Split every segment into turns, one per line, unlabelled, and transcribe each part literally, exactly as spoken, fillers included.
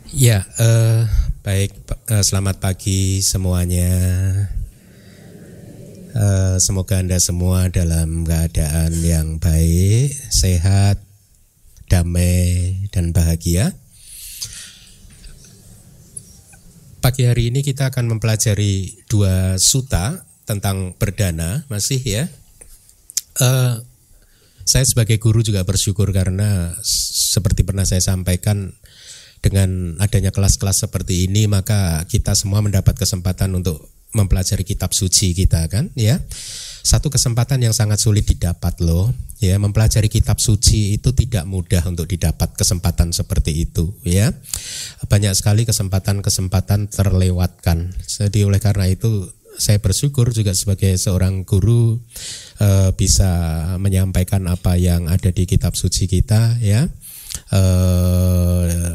Ya, eh, baik. Eh, selamat pagi semuanya. Eh, semoga Anda semua dalam keadaan yang baik, sehat, damai, dan bahagia. Pagi hari ini kita akan mempelajari dua sutta tentang berdana, masih ya. Eh, saya sebagai guru juga bersyukur karena seperti pernah saya sampaikan, dengan adanya kelas-kelas seperti ini maka kita semua mendapat kesempatan untuk mempelajari kitab suci kita, kan ya. Satu kesempatan yang sangat sulit didapat loh ya, mempelajari kitab suci itu tidak mudah untuk didapat kesempatan seperti itu ya. Banyak sekali kesempatan-kesempatan terlewatkan. Jadi oleh karena itu saya bersyukur juga sebagai seorang guru eh, bisa menyampaikan apa yang ada di kitab suci kita ya. Uh,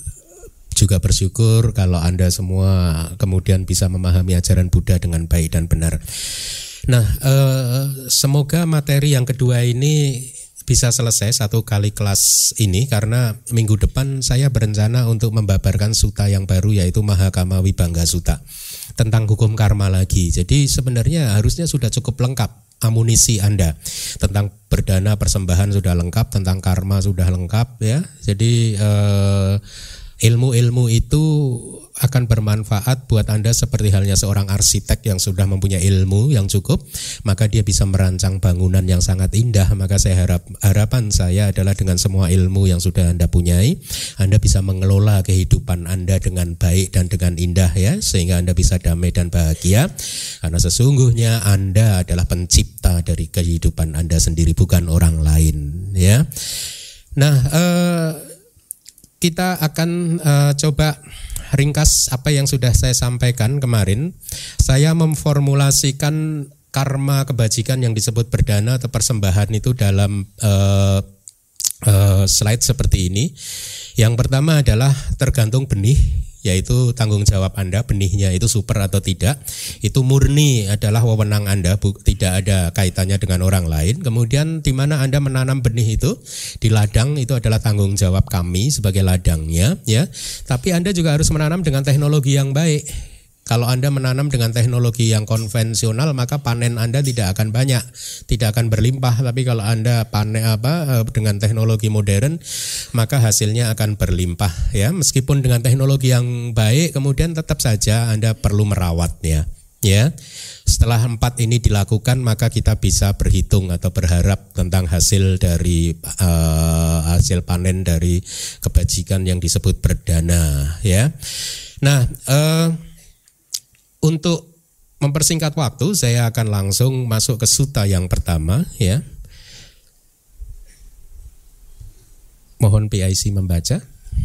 juga bersyukur kalau Anda semua kemudian bisa memahami ajaran Buddha dengan baik dan benar. Nah, uh, semoga materi yang kedua ini bisa selesai satu kali kelas ini, karena minggu depan saya berencana untuk membabarkan sutta yang baru, yaitu Mahakama Vibhanga Sutta, tentang hukum karma lagi. Jadi sebenarnya harusnya sudah cukup lengkap amunisi Anda. Tentang berdana persembahan sudah lengkap, tentang karma sudah lengkap ya. Jadi eh, ilmu-ilmu itu akan bermanfaat buat Anda seperti halnya seorang arsitek yang sudah mempunyai ilmu yang cukup, maka dia bisa merancang bangunan yang sangat indah. Maka saya harap harapan saya adalah dengan semua ilmu yang sudah Anda punyai, Anda bisa mengelola kehidupan Anda dengan baik dan dengan indah ya, sehingga Anda bisa damai dan bahagia. Karena sesungguhnya Anda adalah pencipta dari kehidupan Anda sendiri, bukan orang lain ya. Nah, eh, kita akan uh, coba ringkas apa yang sudah saya sampaikan kemarin. Saya memformulasikan karma kebajikan yang disebut berdana atau persembahan itu dalam uh, uh, slide seperti ini. Yang pertama adalah tergantung benih, yaitu tanggung jawab Anda, benihnya itu super atau tidak. Itu murni adalah wewenang Anda, bu, tidak ada kaitannya dengan orang lain. Kemudian di mana Anda menanam benih itu, di ladang, itu adalah tanggung jawab kami sebagai ladangnya ya. Tapi Anda juga harus menanam dengan teknologi yang baik. Kalau Anda menanam dengan teknologi yang konvensional, maka panen Anda tidak akan banyak, tidak akan berlimpah. Tapi kalau Anda panen apa dengan teknologi modern, maka hasilnya akan berlimpah ya. Meskipun dengan teknologi yang baik, kemudian tetap saja Anda perlu merawatnya ya. Setelah empat ini dilakukan, maka kita bisa berhitung atau berharap tentang hasil dari uh, hasil panen dari kebajikan yang disebut berdana ya. Nah, uh, untuk mempersingkat waktu, saya akan langsung masuk ke sutta yang pertama ya. Mohon P I C membaca.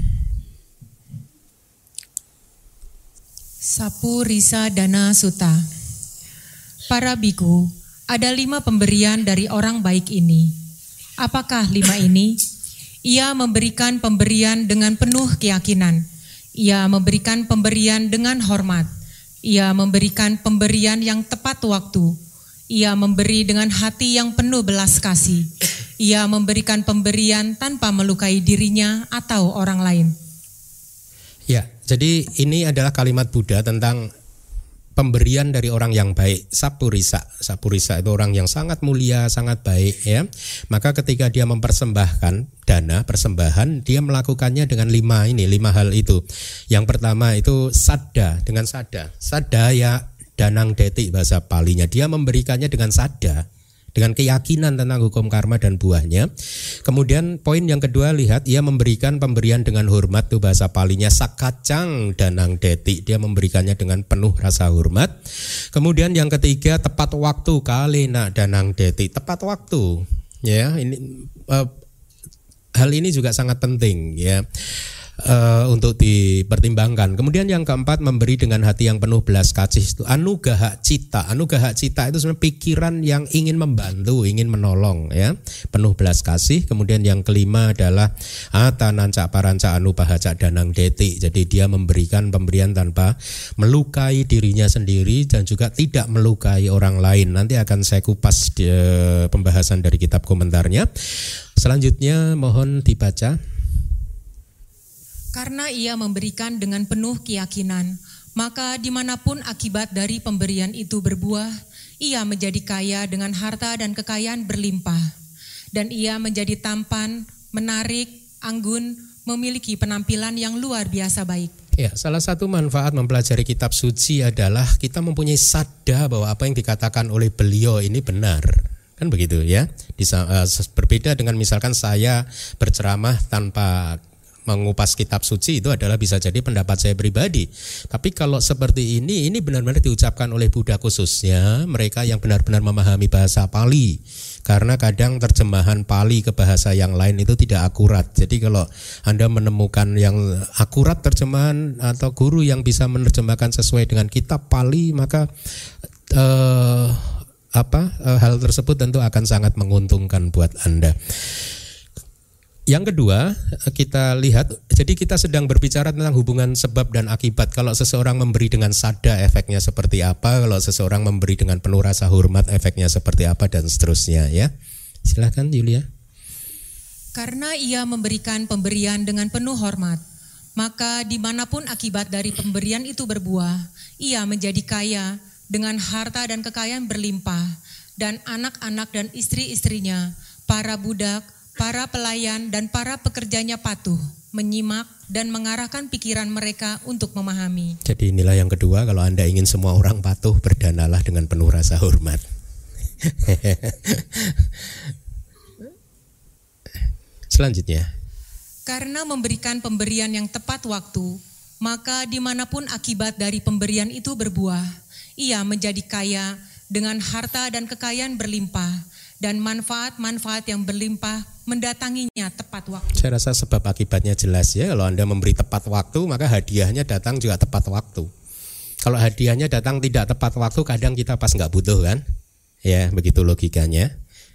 Sapurisa Dana Sutta. Para biku, ada lima pemberian dari orang baik ini. Apakah lima ini? Ia memberikan pemberian dengan penuh keyakinan. Ia memberikan pemberian dengan hormat. Ia memberikan pemberian yang tepat waktu. Ia memberi dengan hati yang penuh belas kasih. Ia memberikan pemberian tanpa melukai dirinya atau orang lain.
Ya, jadi ini adalah kalimat Buddha tentang pemberian dari orang yang baik, sapurisa. Sapurisa itu orang yang sangat mulia, sangat baik ya. Maka ketika dia mempersembahkan dana, persembahan, dia melakukannya dengan lima ini, lima hal itu. Yang pertama itu sadda, dengan sadda. Sadda ya danang deti bahasa Palinya. Dia memberikannya dengan sadda, dengan keyakinan tentang hukum karma dan buahnya. Kemudian poin yang kedua, lihat, ia memberikan pemberian dengan hormat, tuh bahasa Palinya sakacang danang deti. Dia memberikannya dengan penuh rasa hormat. Kemudian yang ketiga, tepat waktu, kalena danang deti, tepat waktu. Ya, ini uh, hal ini juga sangat penting ya. Uh, untuk dipertimbangkan. Kemudian yang keempat, memberi dengan hati yang penuh belas kasih, itu anugaha cita. Anugaha cita itu sebenarnya pikiran yang ingin membantu, ingin menolong ya, penuh belas kasih. Kemudian yang kelima adalah atananca paranca anupahaca danang deti. Jadi dia memberikan pemberian tanpa melukai dirinya sendiri dan juga tidak melukai orang lain. Nanti akan saya kupas di, uh, pembahasan dari kitab komentarnya. Selanjutnya mohon dibaca.
Karena ia memberikan dengan penuh keyakinan, maka dimanapun akibat dari pemberian itu berbuah, ia menjadi kaya dengan harta dan kekayaan berlimpah. Dan ia menjadi tampan, menarik, anggun, memiliki penampilan yang luar biasa baik.
Ya, salah satu manfaat mempelajari kitab suci adalah kita mempunyai sadar bahwa apa yang dikatakan oleh beliau ini benar. Kan begitu ya. Disa, uh, berbeda dengan misalkan saya berceramah tanpa mengupas kitab suci, itu adalah bisa jadi pendapat saya pribadi. Tapi kalau seperti ini, ini benar-benar diucapkan oleh Buddha khususnya mereka yang benar-benar memahami bahasa Pali. Karena kadang terjemahan Pali ke bahasa yang lain itu tidak akurat. Jadi kalau Anda menemukan yang akurat terjemahan atau guru yang bisa menerjemahkan sesuai dengan kitab Pali, maka eh, apa eh, hal tersebut tentu akan sangat menguntungkan buat Anda. Yang kedua, kita lihat, jadi kita sedang berbicara tentang hubungan sebab dan akibat. Kalau seseorang memberi dengan sada, efeknya seperti apa? Kalau seseorang memberi dengan penuh rasa hormat, efeknya seperti apa, dan seterusnya ya. Silakan Yulia.
Karena ia memberikan pemberian dengan penuh hormat, maka dimanapun akibat dari pemberian itu berbuah, ia menjadi kaya dengan harta dan kekayaan berlimpah, dan anak-anak dan istri-istrinya, para budak, para pelayan dan para pekerjanya patuh, menyimak dan mengarahkan pikiran mereka untuk memahami.
Jadi inilah yang kedua, kalau Anda ingin semua orang patuh, berdanalah dengan penuh rasa hormat. Selanjutnya.
Karena memberikan pemberian yang tepat waktu, maka dimanapun akibat dari pemberian itu berbuah, ia menjadi kaya dengan harta dan kekayaan berlimpah, dan manfaat-manfaat yang berlimpah mendatanginya tepat waktu.
Saya rasa sebab akibatnya jelas ya. Kalau Anda memberi tepat waktu, maka hadiahnya datang juga tepat waktu. Kalau hadiahnya datang tidak tepat waktu, kadang kita pas nggak butuh kan? Ya, begitu logikanya.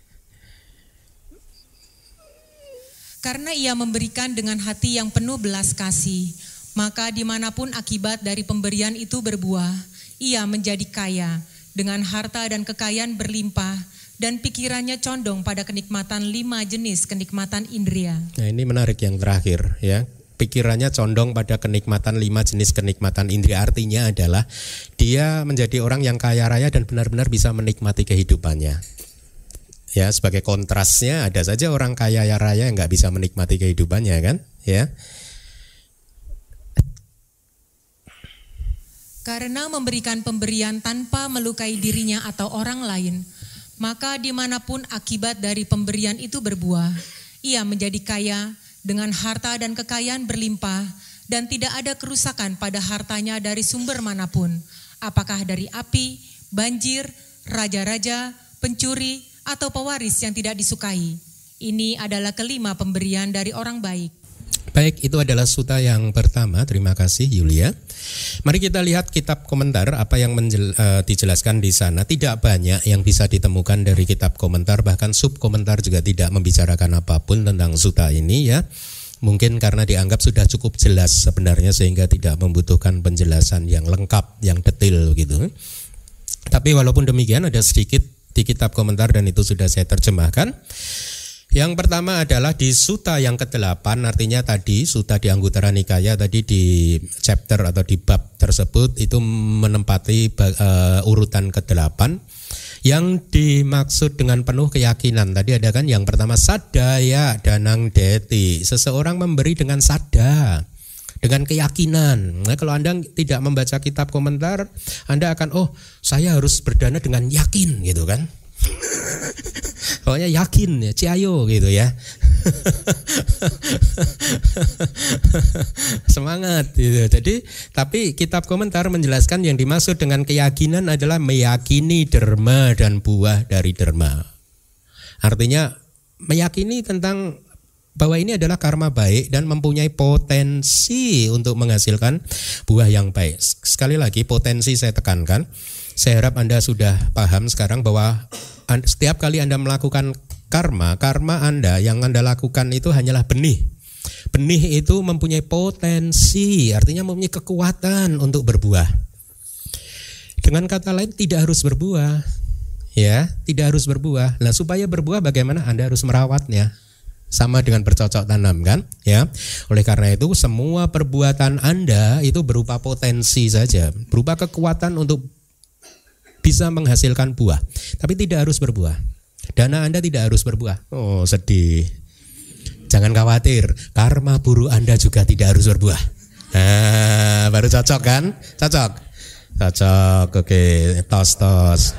Karena ia memberikan dengan hati yang penuh belas kasih, maka dimanapun akibat dari pemberian itu berbuah, ia menjadi kaya dengan harta dan kekayaan berlimpah, dan pikirannya condong pada kenikmatan lima jenis kenikmatan indria.
Nah, ini menarik yang terakhir ya. Pikirannya condong pada kenikmatan lima jenis kenikmatan indria. Artinya adalah dia menjadi orang yang kaya raya dan benar-benar bisa menikmati kehidupannya. Ya, sebagai kontrasnya ada saja orang kaya raya yang nggak bisa menikmati kehidupannya kan? Ya.
Karena memberikan pemberian tanpa melukai dirinya atau orang lain, maka dimanapun akibat dari pemberian itu berbuah, ia menjadi kaya dengan harta dan kekayaan berlimpah, dan tidak ada kerusakan pada hartanya dari sumber manapun, apakah dari api, banjir, raja-raja, pencuri, atau pewaris yang tidak disukai. Ini adalah kelima pemberian dari orang baik.
Baik, itu adalah sutta yang pertama. Terima kasih Yulia. Mari kita lihat kitab komentar apa yang menjel, uh, dijelaskan di sana. Tidak banyak yang bisa ditemukan dari kitab komentar, bahkan sub komentar juga tidak membicarakan apapun tentang sutta ini ya. Mungkin karena dianggap sudah cukup jelas sebenarnya sehingga tidak membutuhkan penjelasan yang lengkap, yang detail gitu. Tapi walaupun demikian ada sedikit di kitab komentar dan itu sudah saya terjemahkan. Yang pertama adalah di sutta yang kedelapan, artinya tadi sutta di Anguttara Nikaya tadi di chapter atau di bab tersebut itu menempati uh, urutan kedelapan. Yang dimaksud dengan penuh keyakinan tadi ada kan yang pertama sadaya danang deti, seseorang memberi dengan sada, dengan keyakinan. Nah, kalau Anda tidak membaca kitab komentar, Anda akan oh saya harus berdana dengan yakin gitu kan. Pokoknya yakin ya, ciayo gitu ya. Semangat gitu. Jadi tapi kitab komentar menjelaskan yang dimaksud dengan keyakinan adalah meyakini dharma dan buah dari dharma. Artinya meyakini tentang bahwa ini adalah karma baik dan mempunyai potensi untuk menghasilkan buah yang baik. Sekali lagi potensi saya tekankan. Saya harap Anda sudah paham sekarang bahwa setiap kali Anda melakukan karma, karma Anda yang Anda lakukan itu hanyalah benih. Benih itu mempunyai potensi, artinya mempunyai kekuatan untuk berbuah. Dengan kata lain tidak harus berbuah. Ya, tidak harus berbuah. Nah, supaya berbuah bagaimana? Anda harus merawatnya. sama dengan bercocok tanam kan, ya. Oleh karena itu semua perbuatan Anda itu berupa potensi saja, berupa kekuatan untuk bisa menghasilkan buah, tapi tidak harus berbuah. Dana Anda tidak harus berbuah. Oh, sedih. Jangan khawatir, karma buruk Anda juga tidak harus berbuah. Nah, baru cocok kan? Cocok. Cocok. Oke, tos tos.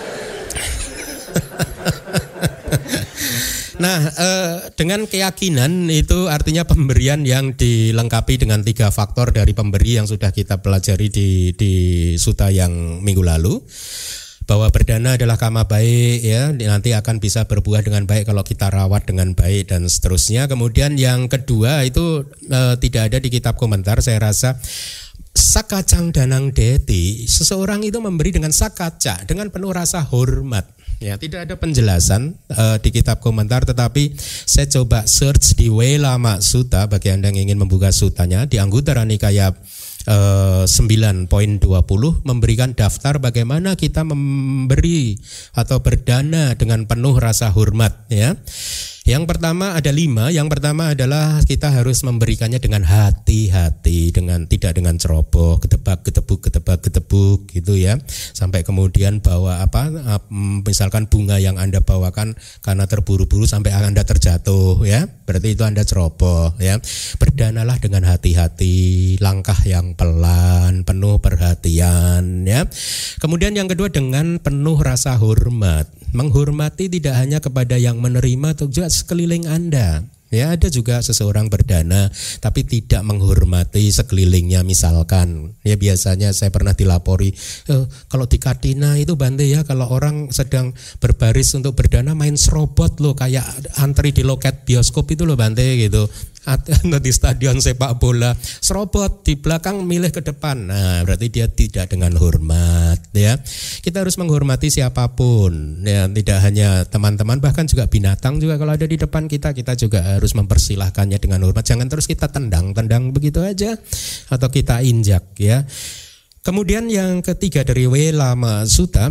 Nah, eh, dengan keyakinan itu artinya pemberian yang dilengkapi dengan tiga faktor dari pemberi yang sudah kita pelajari di di suta yang minggu lalu, bahwa berdana adalah karma baik, ya, nanti akan bisa berbuah dengan baik kalau kita rawat dengan baik dan seterusnya. Kemudian yang kedua itu eh, tidak ada di kitab komentar, saya rasa. Sakacang danang deti, seseorang itu memberi dengan sakaca, dengan penuh rasa hormat. Ya, tidak ada penjelasan uh, di kitab komentar, tetapi saya coba search di Welama Sutta bagi Anda yang ingin membuka sutanya di Anguttara Nikaya uh, sembilan poin dua puluh memberikan daftar bagaimana kita memberi atau berdana dengan penuh rasa hormat, ya. Yang pertama ada lima. Yang pertama adalah kita harus memberikannya dengan hati-hati, dengan tidak dengan ceroboh, gedebak, gedebuk, gedebak, gedebuk gitu ya. Sampai kemudian bawa apa? Misalkan bunga yang Anda bawakan karena terburu-buru sampai Anda terjatuh, ya. Berarti itu Anda ceroboh, ya. Berdanalah dengan hati-hati, langkah yang pelan, penuh perhatian, ya. Kemudian yang kedua dengan penuh rasa hormat. Menghormati tidak hanya kepada yang menerima atau juga sekeliling Anda. Ya, ada juga seseorang berdana tapi tidak menghormati sekelilingnya, misalkan. Ya, biasanya saya pernah dilapori, eh, kalau di Katina itu Bante ya, kalau orang sedang berbaris untuk berdana main serobot loh, kayak antri di loket bioskop itu loh Bante gitu. Atau di stadion sepak bola, serobot di belakang milih ke depan. Nah, berarti dia tidak dengan hormat, ya. Kita harus menghormati siapapun, ya, tidak hanya teman-teman, bahkan juga binatang juga kalau ada di depan kita, kita juga harus mempersilahkannya dengan hormat. Jangan terus kita tendang-tendang begitu aja atau kita injak, ya. Kemudian yang ketiga dari Welama Sutta,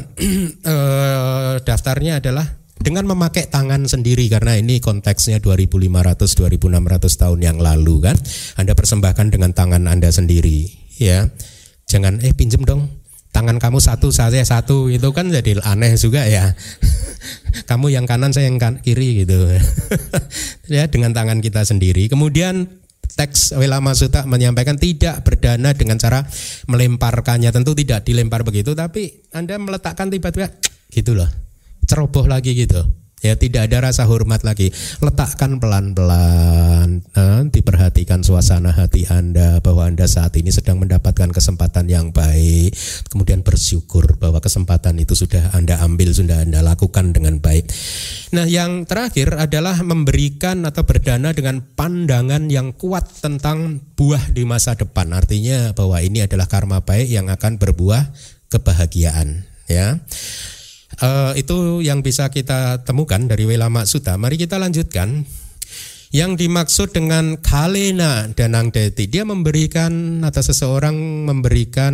eh, daftarnya adalah dengan memakai tangan sendiri, karena ini konteksnya dua ribu lima ratus dua ribu enam ratus tahun yang lalu kan. Anda persembahkan dengan tangan Anda sendiri, ya. Jangan eh pinjem dong tangan kamu satu, saya satu, itu kan jadi aneh juga ya. Kamu yang kanan, saya yang kan, kiri gitu. Ya, dengan tangan kita sendiri. Kemudian teks Welama Sutta menyampaikan tidak berdana dengan cara melemparkannya, tentu tidak dilempar begitu, tapi Anda meletakkan tiba-tiba gitu loh, ceroboh lagi gitu, ya, tidak ada rasa hormat lagi. Letakkan pelan-pelan, eh, diperhatikan suasana hati Anda bahwa Anda saat ini sedang mendapatkan kesempatan yang baik, kemudian bersyukur bahwa kesempatan itu sudah Anda ambil, sudah Anda lakukan dengan baik. Nah, yang terakhir adalah memberikan atau berdana dengan pandangan yang kuat tentang buah di masa depan. Artinya bahwa ini adalah karma baik yang akan berbuah kebahagiaan, ya. Uh, itu yang bisa kita temukan dari Welama Sutta. Mari kita lanjutkan. Yang dimaksud dengan kalena danang deti, dia memberikan atau seseorang memberikan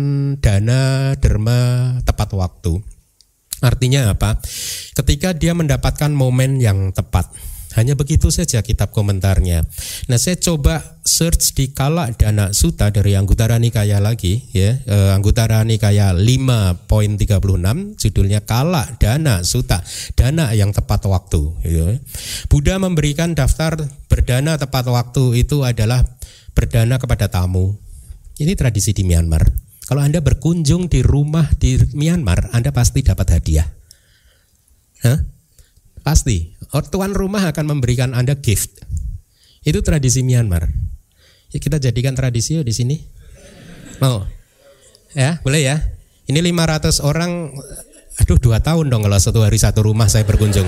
dana derma tepat waktu. Artinya apa? Ketika dia mendapatkan momen yang tepat. Hanya begitu saja kitab komentarnya. Nah, saya coba search di Kala Dana Sutta dari Anguttara Nikaya lagi, ya, eh, Anguttara Nikaya lima poin tiga puluh enam, judulnya Kala Dana Sutta, dana yang tepat waktu. Ya. Buddha memberikan daftar berdana tepat waktu itu adalah berdana kepada tamu. Ini tradisi di Myanmar. Kalau Anda berkunjung di rumah di Myanmar, Anda pasti dapat hadiah. Hah? Pasti, tuan rumah akan memberikan Anda gift. Itu tradisi Myanmar. Ya, kita jadikan tradisi di sini. Mau? Ya, boleh ya. Ini lima ratus orang. Aduh, dua tahun dong kalau satu hari satu rumah saya berkunjung.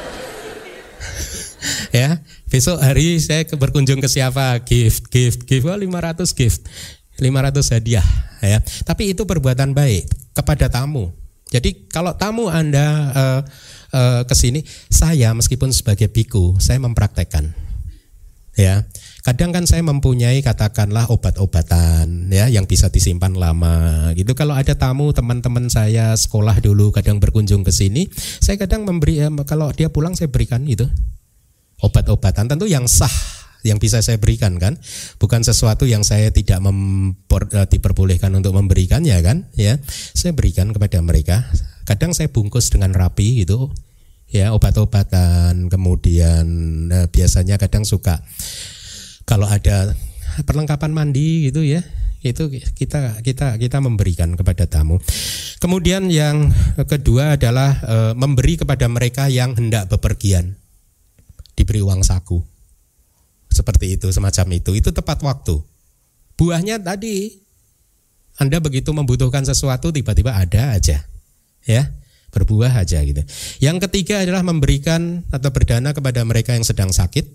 Ya, besok hari saya berkunjung ke siapa? Gift, gift, gift. Oh, lima ratus gift. lima ratus hadiah, ya. Tapi itu perbuatan baik kepada tamu. Jadi kalau tamu Anda uh, uh, ke sini, saya meskipun sebagai biku, saya mempraktekkan. Ya. Kadang kan saya mempunyai katakanlah obat-obatan, ya, yang bisa disimpan lama gitu. Kalau ada tamu teman-teman saya sekolah dulu kadang berkunjung ke sini, saya kadang memberi, kalau dia pulang saya berikan itu. obat-obatan tentu yang sah yang bisa saya berikan kan, bukan sesuatu yang saya tidak mempor, diperbolehkan untuk memberikannya kan, ya saya berikan kepada mereka. Kadang saya bungkus dengan rapi gitu, ya obat-obatan. Kemudian eh, biasanya kadang suka kalau ada perlengkapan mandi gitu ya, itu kita kita kita memberikan kepada tamu. Kemudian yang kedua adalah e, memberi kepada mereka yang hendak bepergian, diberi uang saku. Seperti itu, semacam itu. Itu tepat waktu. Buahnya tadi, Anda begitu membutuhkan sesuatu tiba-tiba ada aja, ya, berbuah aja gitu. Yang ketiga adalah memberikan atau berdana kepada mereka yang sedang sakit.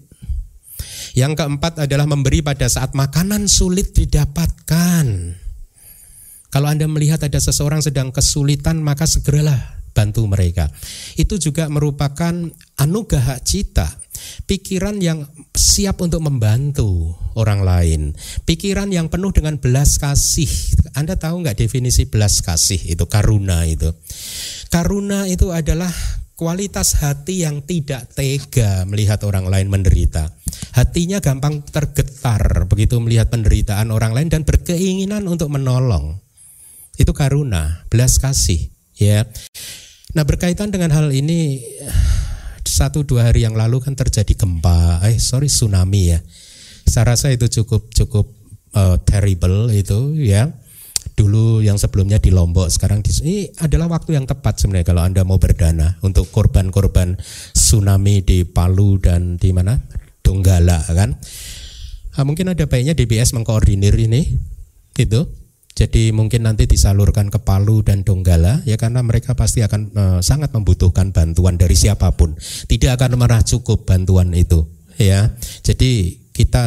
Yang keempat adalah memberi pada saat makanan sulit didapatkan. Kalau Anda melihat ada seseorang sedang kesulitan, maka segeralah bantu mereka. Itu juga merupakan anugerah cita. Pikiran yang siap untuk membantu orang lain, pikiran yang penuh dengan belas kasih. Anda tahu nggak definisi belas kasih itu? Karuna itu. Karuna itu adalah kualitas hati yang tidak tega melihat orang lain menderita. Hatinya gampang tergetar begitu melihat penderitaan orang lain dan berkeinginan untuk menolong. Itu karuna, belas kasih, ya. Nah, berkaitan dengan hal ini, satu dua hari yang lalu kan terjadi gempa, eh sorry tsunami ya. Saya rasa itu cukup cukup uh, terrible itu ya. Dulu yang sebelumnya di Lombok, sekarang di ini adalah waktu yang tepat sebenarnya kalau Anda mau berdana untuk korban-korban tsunami di Palu dan di mana? Donggala kan. Nah, mungkin ada baiknya D B S mengkoordinir ini gitu. Jadi mungkin nanti disalurkan ke Palu dan Donggala ya, karena mereka pasti akan uh, sangat membutuhkan bantuan dari siapapun. Tidak akan pernah cukup bantuan itu ya. Jadi kita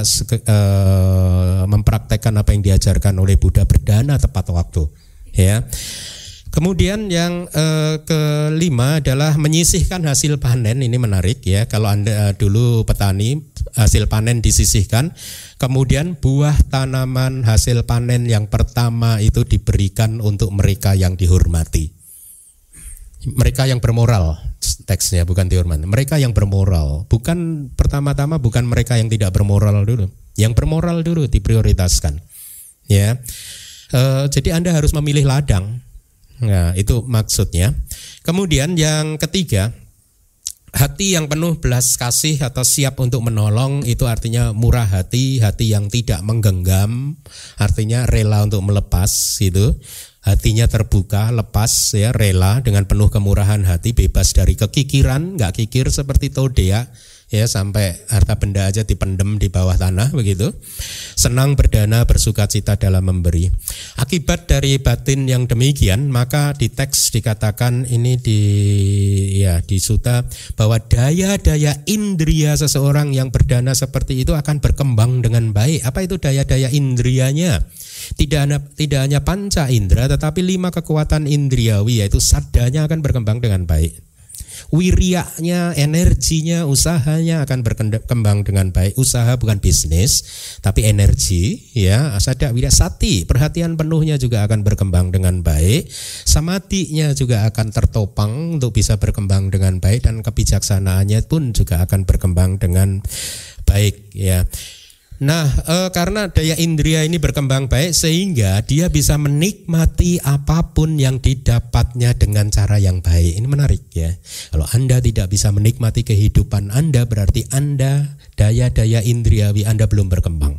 uh, mempraktekkan apa yang diajarkan oleh Buddha, berdana tepat waktu ya. Kemudian yang uh, kelima adalah menyisihkan hasil panen. Ini menarik ya. Kalau Anda uh, dulu petani, hasil panen disisihkan. Kemudian buah tanaman hasil panen yang pertama itu diberikan untuk mereka yang dihormati. Mereka yang bermoral, teksnya bukan dihormati. Mereka yang bermoral. Bukan pertama-tama bukan mereka yang tidak bermoral dulu. Yang bermoral dulu diprioritaskan. Ya. Uh, jadi Anda harus memilih ladang. Nah, itu maksudnya. Kemudian yang ketiga, hati yang penuh belas kasih atau siap untuk menolong, itu artinya murah hati, hati yang tidak menggenggam, artinya rela untuk melepas gitu. Hatinya terbuka, lepas ya, rela dengan penuh kemurahan hati, bebas dari kekikiran, enggak kikir seperti Todea ya, sampai harta benda aja dipendem di bawah tanah begitu. Senang berdana, bersukacita dalam memberi. Akibat dari batin yang demikian, maka di teks dikatakan ini di ya di sutta bahwa daya-daya indria seseorang yang berdana seperti itu akan berkembang dengan baik. Apa itu daya-daya indrianya? Tidak hanya, tidak hanya panca indera, tetapi lima kekuatan indriawi, yaitu saddanya akan berkembang dengan baik. Wirianya, energinya, usahanya akan berkembang dengan baik. Usaha bukan bisnis, tapi energi, ya. Sada wirya sati, perhatian penuhnya juga akan berkembang dengan baik. Samadhinya juga akan tertopang untuk bisa berkembang dengan baik, dan kebijaksanaannya pun juga akan berkembang dengan baik, ya. Nah, e, karena daya indria ini berkembang baik sehingga dia bisa menikmati apapun yang didapatnya dengan cara yang baik. Ini menarik ya. Kalau Anda tidak bisa menikmati kehidupan Anda, berarti Anda, daya-daya indriawi Anda belum berkembang.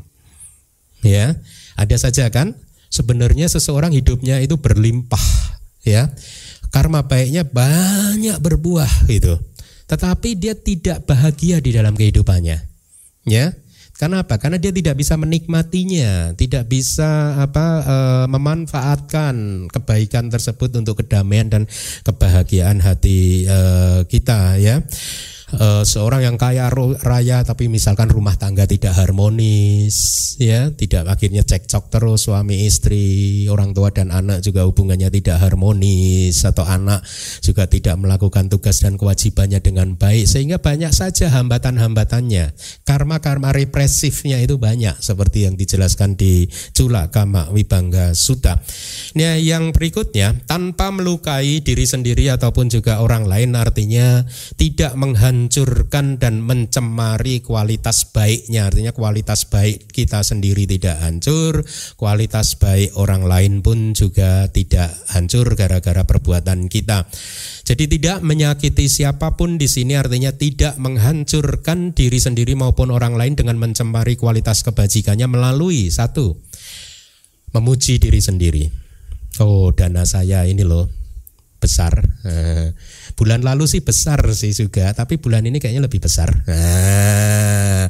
Ya, ada saja kan? Sebenarnya seseorang hidupnya itu berlimpah, ya. Karma baiknya banyak berbuah gitu. Tetapi dia tidak bahagia di dalam kehidupannya. Ya. Karena apa? Karena dia tidak bisa menikmatinya, tidak bisa apa e, memanfaatkan kebaikan tersebut untuk kedamaian dan kebahagiaan hati e, kita, ya. E, seorang yang kaya raya tapi misalkan rumah tangga tidak harmonis, ya, tidak, akhirnya cekcok terus suami istri, orang tua dan anak juga hubungannya tidak harmonis, atau anak juga tidak melakukan tugas dan kewajibannya dengan baik, sehingga banyak saja hambatan-hambatannya. Karma-karma represifnya itu banyak, seperti yang dijelaskan di Cula Kama Vibhanga Sutta. Nah, yang berikutnya, tanpa melukai diri sendiri ataupun juga orang lain, artinya tidak menghancurkan menghancurkan dan mencemari kualitas baiknya. Artinya kualitas baik kita sendiri tidak hancur, kualitas baik orang lain pun juga tidak hancur gara-gara perbuatan kita. Jadi tidak menyakiti siapapun di sini artinya tidak menghancurkan diri sendiri maupun orang lain dengan mencemari kualitas kebajikannya melalui satu, memuji diri sendiri. Oh, dana saya ini loh besar. Eh, bulan lalu sih besar sih juga, tapi bulan ini kayaknya lebih besar. Ah.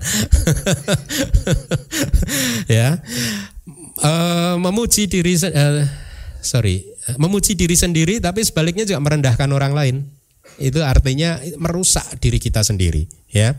Ya, eh, memuji diri, eh, sorry, memuji diri sendiri, tapi sebaliknya juga merendahkan orang lain. Itu artinya merusak diri kita sendiri. Ya,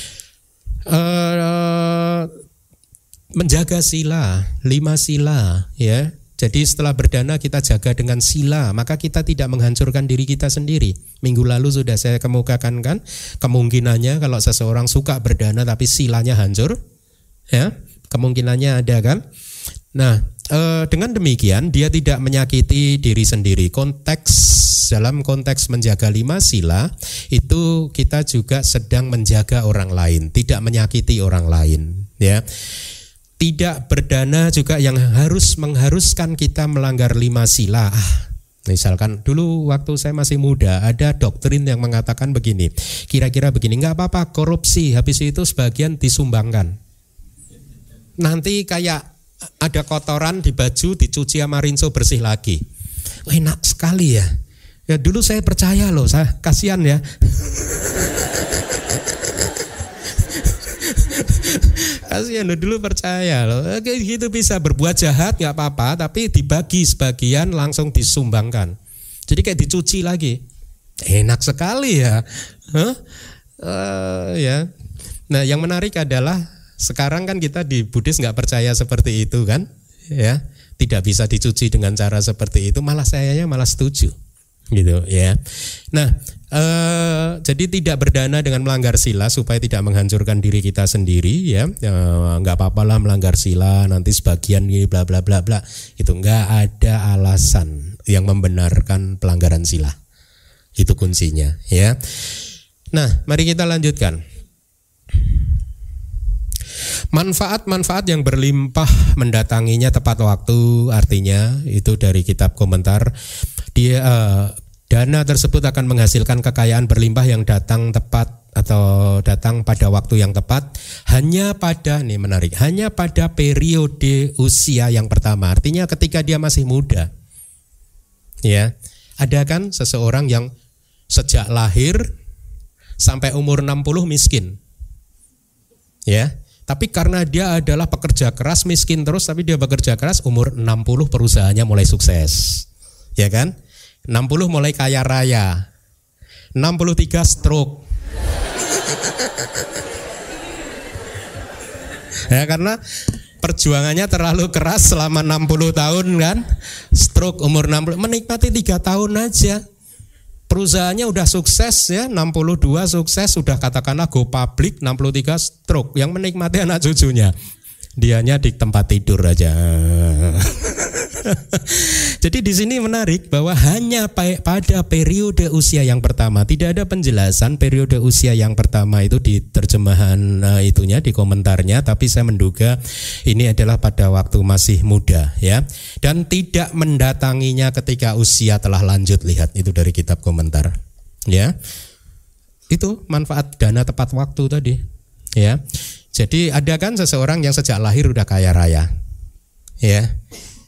eh, menjaga sila, lima sila, ya. Jadi setelah berdana kita jaga dengan sila, maka kita tidak menghancurkan diri kita sendiri. Minggu lalu sudah saya kemukakan kan, kemungkinannya kalau seseorang suka berdana tapi silanya hancur, ya kemungkinannya ada kan. Nah, eh, dengan demikian dia tidak menyakiti diri sendiri. Konteks dalam konteks menjaga lima sila itu kita juga sedang menjaga orang lain, tidak menyakiti orang lain, ya. Tidak berdana juga yang harus mengharuskan kita melanggar lima sila. Ah, misalkan dulu waktu saya masih muda ada doktrin yang mengatakan begini, kira-kira begini, nggak apa-apa korupsi, habis itu sebagian disumbangkan. Nanti kayak ada kotoran di baju dicuci sama rinso bersih lagi. Wah, enak sekali ya. Ya dulu saya percaya loh, saya kasihan ya. Kasihan dulu percaya loh, kayak gitu bisa berbuat jahat nggak apa-apa, tapi dibagi sebagian langsung disumbangkan. Jadi kayak dicuci lagi, enak sekali ya, huh? uh, ya. Nah yang menarik adalah sekarang kan kita di Buddhis nggak percaya seperti itu kan, ya tidak bisa dicuci dengan cara seperti itu, malah sayanya malah setuju. Gitu ya. Nah, eh, jadi tidak berdana dengan melanggar sila supaya tidak menghancurkan diri kita sendiri ya. Eh, enggak apa-apalah melanggar sila, nanti sebagian ini bla bla bla bla. Itu enggak ada alasan yang membenarkan pelanggaran sila. Itu kuncinya ya. Nah, mari kita lanjutkan. Manfaat-manfaat yang berlimpah mendatanginya tepat waktu, artinya itu dari kitab komentar. Dia uh, dana tersebut akan menghasilkan kekayaan berlimpah yang datang tepat atau datang pada waktu yang tepat hanya pada, nih menarik, hanya pada periode usia yang pertama. Artinya ketika dia masih muda. Ya, ada kan seseorang yang sejak lahir sampai umur enam puluh miskin. Ya. Tapi karena dia adalah pekerja keras, miskin terus, tapi dia bekerja keras, umur enam puluh perusahaannya mulai sukses. Ya kan? enam puluh mulai kaya raya. enam puluh tiga stroke. Ya karena perjuangannya terlalu keras selama enam puluh tahun kan. Stroke umur enam puluh, menikmati tiga tahun aja. Perusahaannya udah sukses ya, enam puluh dua sukses, sudah katakanlah go public, enam puluh tiga stroke, yang menikmati anak cucunya. Dianya di tempat tidur aja. Jadi di sini menarik bahwa hanya pada periode usia yang pertama, tidak ada penjelasan periode usia yang pertama itu di terjemahan uh, itunya di komentarnya, tapi saya menduga ini adalah pada waktu masih muda ya, dan tidak mendatanginya ketika usia telah lanjut. Lihat itu dari kitab komentar ya. Itu manfaat dana tepat waktu tadi ya. Jadi ada kan seseorang yang sejak lahir udah kaya raya, ya,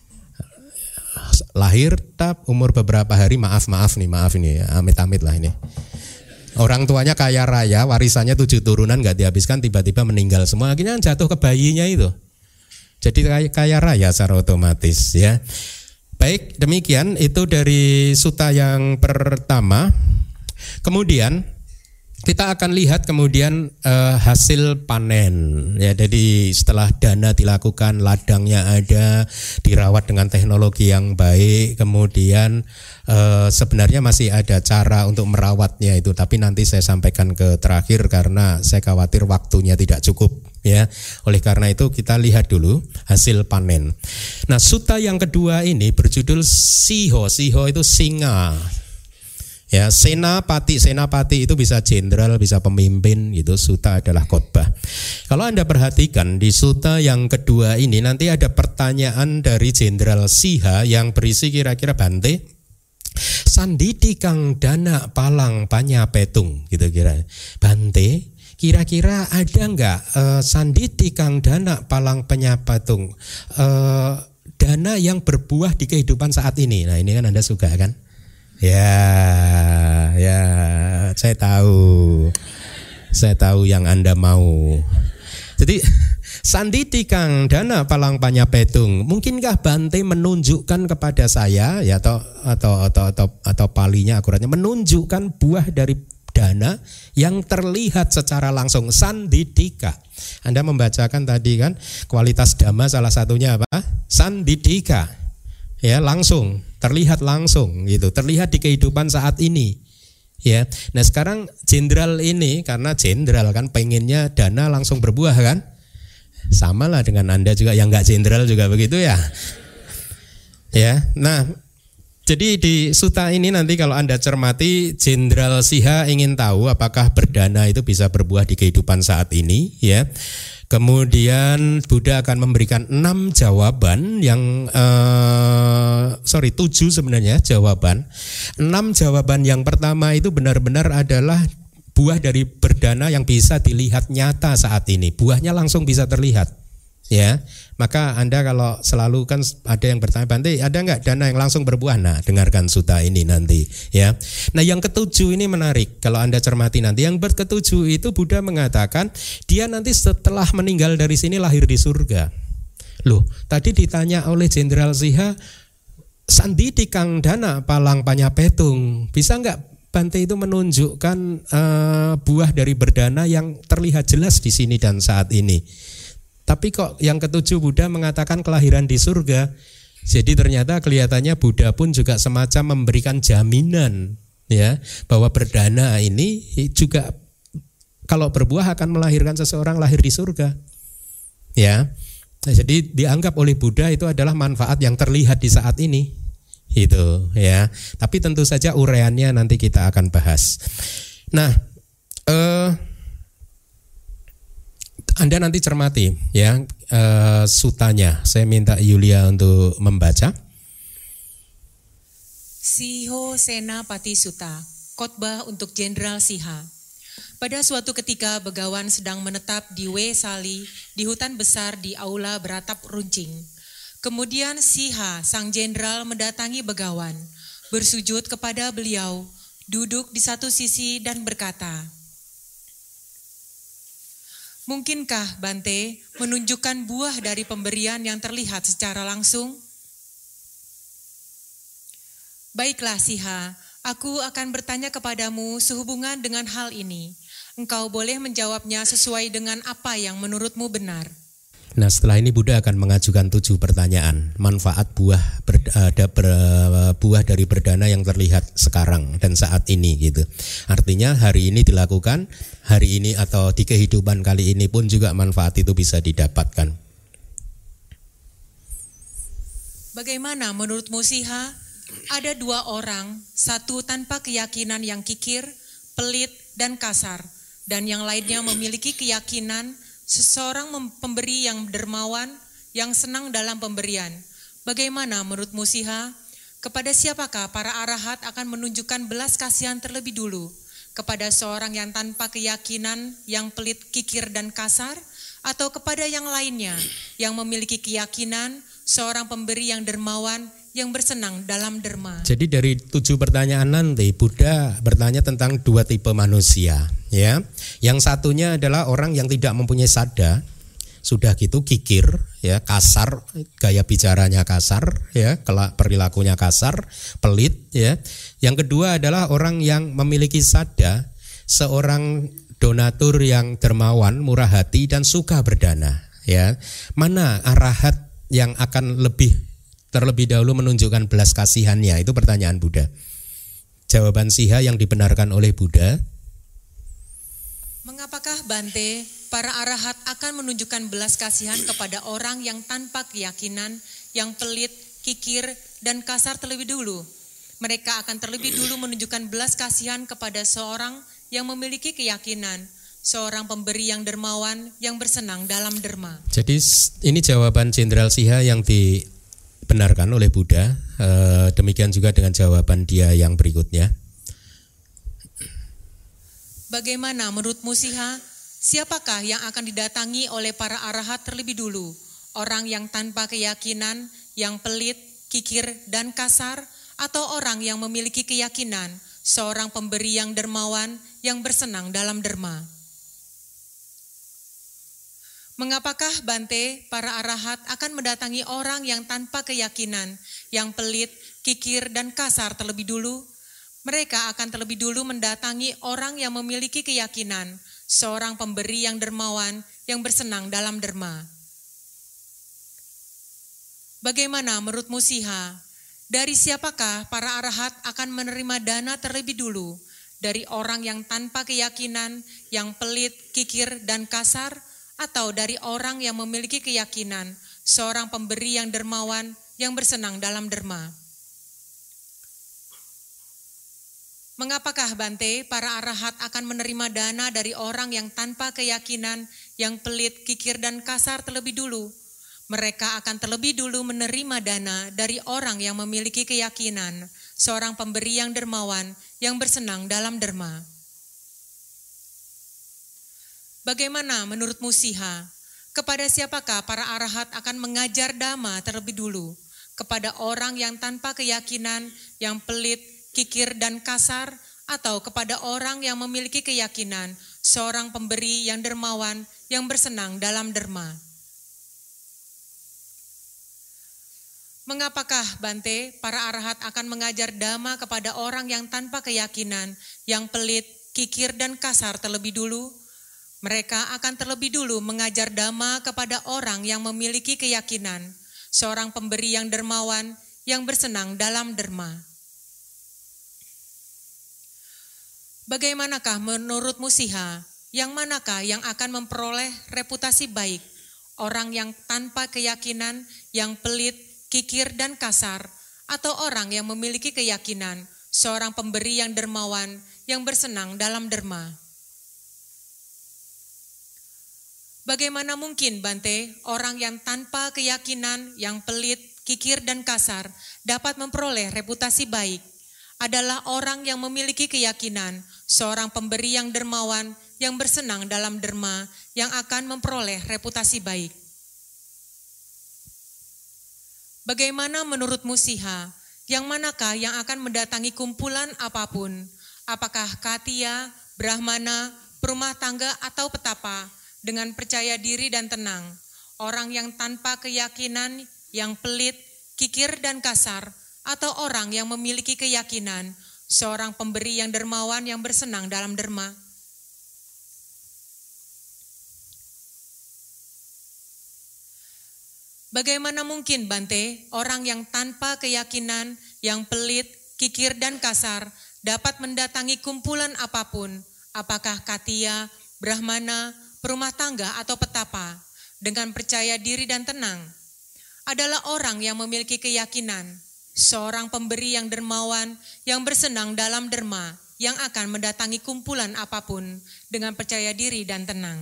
lahir tap umur beberapa hari maaf maaf nih maaf ini ya, amit-amit lah ini. Orang tuanya kaya raya, warisannya tujuh turunan nggak dihabiskan, tiba-tiba meninggal semua, akhirnya jatuh ke bayinya itu. Jadi kaya, kaya raya secara otomatis ya. Baik, demikian itu dari sutta yang pertama. Kemudian kita akan lihat kemudian eh, hasil panen ya. Jadi setelah dana dilakukan, ladangnya ada, dirawat dengan teknologi yang baik, kemudian eh, sebenarnya masih ada cara untuk merawatnya itu, tapi nanti saya sampaikan ke terakhir karena saya khawatir waktunya tidak cukup ya. Oleh karena itu kita lihat dulu hasil panen. Nah, sutta yang kedua ini berjudul Siho. Siho itu singa. Ya, senapati, senapati itu bisa jenderal, bisa pemimpin gitu. Suta adalah khotbah. Kalau Anda perhatikan di suta yang kedua ini nanti ada pertanyaan dari Jenderal Siha yang berisi kira-kira Bante, sandidi kang dana palang panyapetung gitu kira. Bante, kira-kira ada enggak uh, sandidi kang dana palang panyapetung, uh, dana yang berbuah di kehidupan saat ini. Nah, ini kan Anda suka kan? Ya, ya, saya tahu, saya tahu yang Anda mau. Jadi, sandidi kang dana palang panyapetung, mungkinkah Bante menunjukkan kepada saya, ya atau atau atau atau, atau palinya akuratnya menunjukkan buah dari dana yang terlihat secara langsung, sandidika. Anda membacakan tadi kan kualitas dhamma salah satunya apa? Sandidika. Ya, langsung, terlihat langsung gitu, terlihat di kehidupan saat ini. Ya. Nah, sekarang jenderal ini karena jenderal kan pengennya dana langsung berbuah kan? Sama lah dengan Anda juga yang enggak jenderal juga begitu ya. Ya. Nah, jadi di suta ini nanti kalau Anda cermati, Jenderal Siha ingin tahu apakah berdana itu bisa berbuah di kehidupan saat ini, ya. Kemudian Buddha akan memberikan enam jawaban yang uh, sorry tujuh sebenarnya jawaban. Enam jawaban yang pertama itu benar-benar adalah buah dari berdana yang bisa dilihat nyata saat ini. Buahnya langsung bisa terlihat. Ya, maka Anda kalau selalu kan ada yang bertanya, Bante, ada nggak dana yang langsung berbuah? Nah, dengarkan suta ini nanti, ya. Nah, yang ketujuh ini menarik. Kalau Anda cermati nanti, yang ketujuh itu Buddha mengatakan dia nanti setelah meninggal dari sini lahir di surga. Loh, tadi ditanya oleh Jenderal Siha, sandidi kang dana palang panyapetung, bisa nggak Bante itu menunjukkan uh, buah dari berdana yang terlihat jelas di sini dan saat ini? Tapi kok yang ketujuh Buddha mengatakan kelahiran di surga. Jadi ternyata kelihatannya Buddha pun juga semacam memberikan jaminan, ya, bahwa berdana ini juga kalau berbuah akan melahirkan seseorang lahir di surga. Ya. Nah, jadi dianggap oleh Buddha itu adalah manfaat yang terlihat di saat ini. Itu, ya. Tapi tentu saja uraiannya nanti kita akan bahas. Nah, eh Anda nanti cermati ya uh, sutanya. Saya minta Yulia untuk membaca.
Siho Senapati Sutta, khotbah untuk Jenderal Siha. Pada suatu ketika Begawan sedang menetap di Wesali di hutan besar di aula beratap runcing. Kemudian Siha sang jenderal mendatangi Begawan, bersujud kepada beliau, duduk di satu sisi dan berkata, mungkinkah Bante menunjukkan buah dari pemberian yang terlihat secara langsung? Baiklah Siha, aku akan bertanya kepadamu sehubungan dengan hal ini. Engkau boleh menjawabnya sesuai dengan apa yang menurutmu benar.
Nah, setelah ini Buddha akan mengajukan tujuh pertanyaan. Manfaat buah ber, ada ber, buah dari berdana yang terlihat sekarang dan saat ini gitu. Artinya hari ini dilakukan, hari ini atau di kehidupan kali ini pun juga manfaat itu bisa didapatkan.
Bagaimana menurutmu Siha? Ada dua orang, satu tanpa keyakinan yang kikir, pelit dan kasar, dan yang lainnya memiliki keyakinan. Seseorang pemberi yang dermawan, yang senang dalam pemberian. Bagaimana menurutmu Siha? Kepada siapakah para arahat akan menunjukkan belas kasihan terlebih dulu? Kepada seorang yang tanpa keyakinan, yang pelit, kikir dan kasar? Atau kepada yang lainnya, yang memiliki keyakinan, seorang pemberi yang dermawan, yang bersenang dalam derma?
Jadi dari tujuh pertanyaan nanti Buddha bertanya tentang dua tipe manusia, ya. Yang satunya adalah orang yang tidak mempunyai sadda, sudah gitu kikir, ya, kasar, gaya bicaranya kasar, ya, perilakunya kasar, pelit, ya. Yang kedua adalah orang yang memiliki sadda, seorang donatur yang dermawan, murah hati dan suka berdana, ya. Mana arahat yang akan lebih terlebih dahulu menunjukkan belas kasihannya? Itu pertanyaan Buddha. Jawaban Siha yang dibenarkan oleh Buddha.
Mengapakah Bante, para arahat akan menunjukkan belas kasihan kepada orang yang tanpa keyakinan, yang pelit, kikir, dan kasar terlebih dulu? mereka akan terlebih dulu menunjukkan belas kasihan kepada seorang yang memiliki keyakinan, seorang pemberi yang dermawan yang bersenang dalam derma.
Jadi ini jawaban Jenderal Siha yang dibenarkan oleh Buddha. E, demikian juga dengan jawaban dia yang berikutnya.
Bagaimana menurutmu Siha? Siapakah yang akan didatangi oleh para arahat terlebih dulu? Orang yang tanpa keyakinan, yang pelit, kikir, dan kasar, atau orang yang memiliki keyakinan, seorang pemberi yang dermawan yang bersenang dalam derma? Mengapakah Bante, para arahat akan mendatangi orang yang tanpa keyakinan, yang pelit, kikir, dan kasar terlebih dulu? Mereka akan terlebih dulu mendatangi orang yang memiliki keyakinan, seorang pemberi yang dermawan yang bersenang dalam derma. Bagaimana menurutmu Siha? Dari siapakah para arahat akan menerima dana terlebih dulu? Dari orang yang tanpa keyakinan, yang pelit, kikir, dan kasar, atau dari orang yang memiliki keyakinan, seorang pemberi yang dermawan yang bersenang dalam derma? Mengapakah Bante, para arahat akan menerima dana dari orang yang tanpa keyakinan, yang pelit, kikir, dan kasar terlebih dulu? Mereka akan terlebih dulu menerima dana dari orang yang memiliki keyakinan, seorang pemberi yang dermawan yang bersenang dalam derma. Bagaimana menurutmu Siha? Kepada siapakah para arahat akan mengajar dhamma terlebih dulu? Kepada orang yang tanpa keyakinan, yang pelit, kikir, dan kasar, atau kepada orang yang memiliki keyakinan, seorang pemberi yang dermawan yang bersenang dalam derma? Mengapakah Bante, para arahat akan mengajar dhamma kepada orang yang tanpa keyakinan, yang pelit, kikir, dan kasar terlebih dulu? Mereka akan terlebih dulu mengajar dhamma kepada orang yang memiliki keyakinan, seorang pemberi yang dermawan yang bersenang dalam derma. Bagaimanakah menurutmu Siha? Yang manakah yang akan memperoleh reputasi baik? Orang yang tanpa keyakinan, yang pelit, kikir, dan kasar, atau orang yang memiliki keyakinan, seorang pemberi yang dermawan yang bersenang dalam derma? Bagaimana mungkin Bante, orang yang tanpa keyakinan, yang pelit, kikir, dan kasar dapat memperoleh reputasi baik? Adalah orang yang memiliki keyakinan, seorang pemberi yang dermawan yang bersenang dalam derma yang akan memperoleh reputasi baik. Bagaimana menurutmu Siha? Yang manakah yang akan mendatangi kumpulan apapun? Apakah Katiya, Brahmana, perumah tangga, atau petapa, dengan percaya diri dan tenang? Orang yang tanpa keyakinan, yang pelit, kikir, dan kasar, atau orang yang memiliki keyakinan, seorang pemberi yang dermawan yang bersenang dalam derma? Bagaimana mungkin Bante, orang yang tanpa keyakinan, yang pelit, kikir, dan kasar dapat mendatangi kumpulan apapun, apakah Katiya, Brahmana, perumah tangga, atau petapa, dengan percaya diri dan tenang? Adalah orang yang memiliki keyakinan, seorang pemberi yang dermawan yang bersenang dalam derma yang akan mendatangi kumpulan apapun dengan percaya diri dan tenang.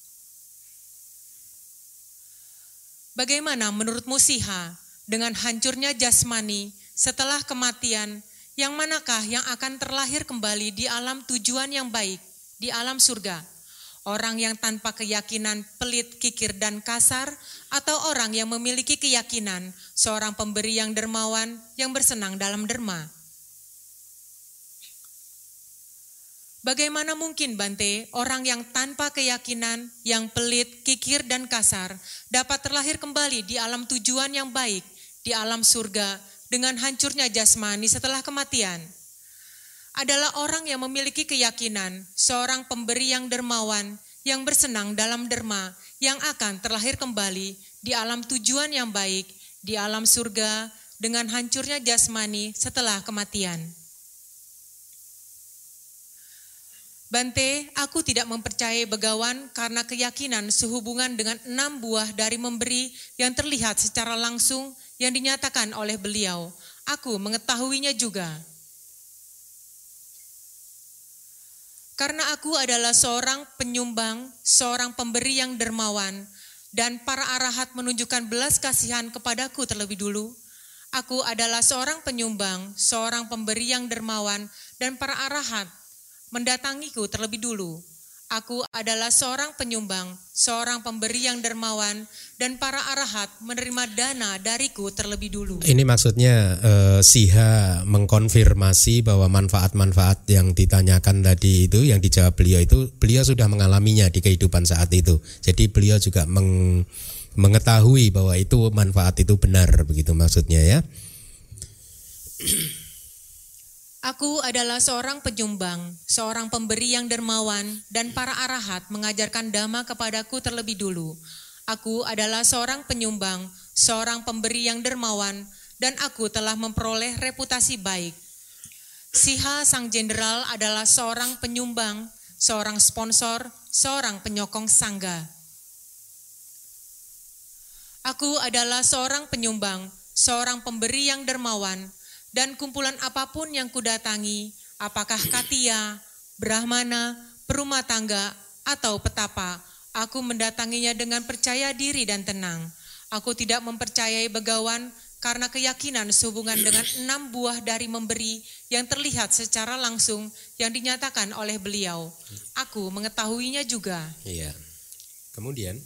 Bagaimana menurutmu Siha, dengan hancurnya jasmani setelah kematian, yang manakah yang akan terlahir kembali di alam tujuan yang baik, di alam surga? Orang yang tanpa keyakinan, pelit, kikir, dan kasar, atau orang yang memiliki keyakinan, seorang pemberi yang dermawan yang bersenang dalam derma? Bagaimana mungkin Bante, orang yang tanpa keyakinan, yang pelit, kikir, dan kasar dapat terlahir kembali di alam tujuan yang baik, di alam surga, dengan hancurnya jasmani setelah kematian? Adalah orang yang memiliki keyakinan, seorang pemberi yang dermawan, yang bersenang dalam derma, yang akan terlahir kembali di alam tujuan yang baik, di alam surga, dengan hancurnya jasmani setelah kematian. Bante, aku tidak mempercayai begawan karena keyakinan sehubungan dengan enam buah dari memberi yang terlihat secara langsung yang dinyatakan oleh beliau. Aku mengetahuinya juga. Karena aku adalah seorang penyumbang, seorang pemberi yang dermawan, dan para arahat menunjukkan belas kasihan kepadaku terlebih dulu. Aku adalah seorang penyumbang, seorang pemberi yang dermawan, dan para arahat mendatangiku terlebih dulu. Aku adalah seorang penyumbang, seorang pemberi yang dermawan, dan para arahat menerima dana dariku terlebih dulu.
Ini maksudnya eh, Siha mengkonfirmasi bahwa manfaat-manfaat yang ditanyakan tadi itu, yang dijawab beliau itu, beliau sudah mengalaminya di kehidupan saat itu. Jadi beliau juga meng, mengetahui bahwa itu manfaat itu benar, begitu maksudnya ya.
Aku adalah seorang penyumbang, seorang pemberi yang dermawan, dan para arahat mengajarkan dhamma kepadaku terlebih dulu. Aku adalah seorang penyumbang, seorang pemberi yang dermawan, dan aku telah memperoleh reputasi baik. Siha sang jenderal adalah seorang penyumbang, seorang sponsor, seorang penyokong sangga. Aku adalah seorang penyumbang, seorang pemberi yang dermawan, dan kumpulan apapun yang kudatangi, apakah katia, brahmana, perumah tangga, atau petapa, aku mendatanginya dengan percaya diri dan tenang. Aku tidak mempercayai begawan karena keyakinan sehubungan dengan enam buah dari memberi yang terlihat secara langsung yang dinyatakan oleh beliau. Aku mengetahuinya juga.
Iya. Kemudian,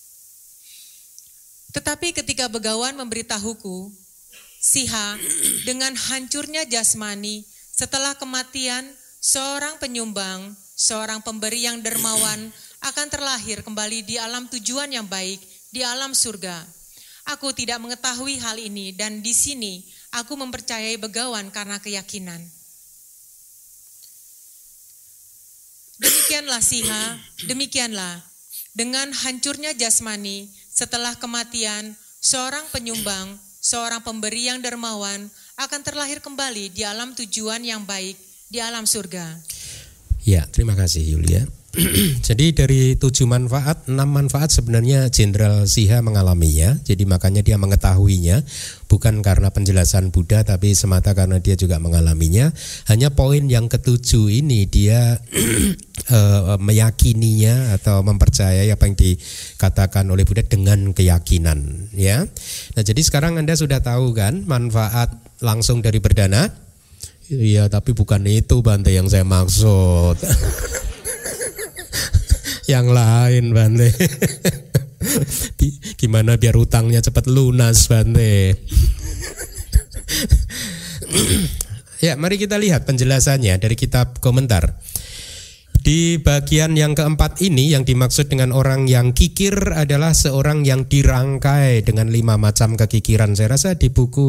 tetapi ketika begawan memberitahuku, Siha, dengan hancurnya jasmani, setelah kematian, seorang penyumbang, seorang pemberi yang dermawan akan terlahir kembali di alam tujuan yang baik, di alam surga. Aku tidak mengetahui hal ini dan di sini aku mempercayai begawan karena keyakinan. Demikianlah Siha, demikianlah. Dengan hancurnya jasmani, setelah kematian, seorang penyumbang, seorang pemberi yang dermawan akan terlahir kembali di alam tujuan yang baik, di alam surga.
Ya, terima kasih Yulia. Jadi dari tujuh manfaat, enam manfaat sebenarnya Jenderal Siha mengalaminya. Jadi makanya dia mengetahuinya, bukan karena penjelasan Buddha, tapi semata karena dia juga mengalaminya. Hanya poin yang ketujuh ini dia uh, meyakininya atau mempercayai apa yang dikatakan oleh Buddha dengan keyakinan. Ya. Nah jadi sekarang Anda sudah tahu kan manfaat langsung dari berdana? Iya, tapi bukan itu Bante yang saya maksud. Yang lain Bante. Gimana biar utangnya cepat lunas Bante. Ya, mari kita lihat penjelasannya dari kitab komentar. Di bagian yang keempat ini yang dimaksud dengan orang yang kikir adalah seorang yang dirangkai dengan lima macam kekikiran. Saya rasa di buku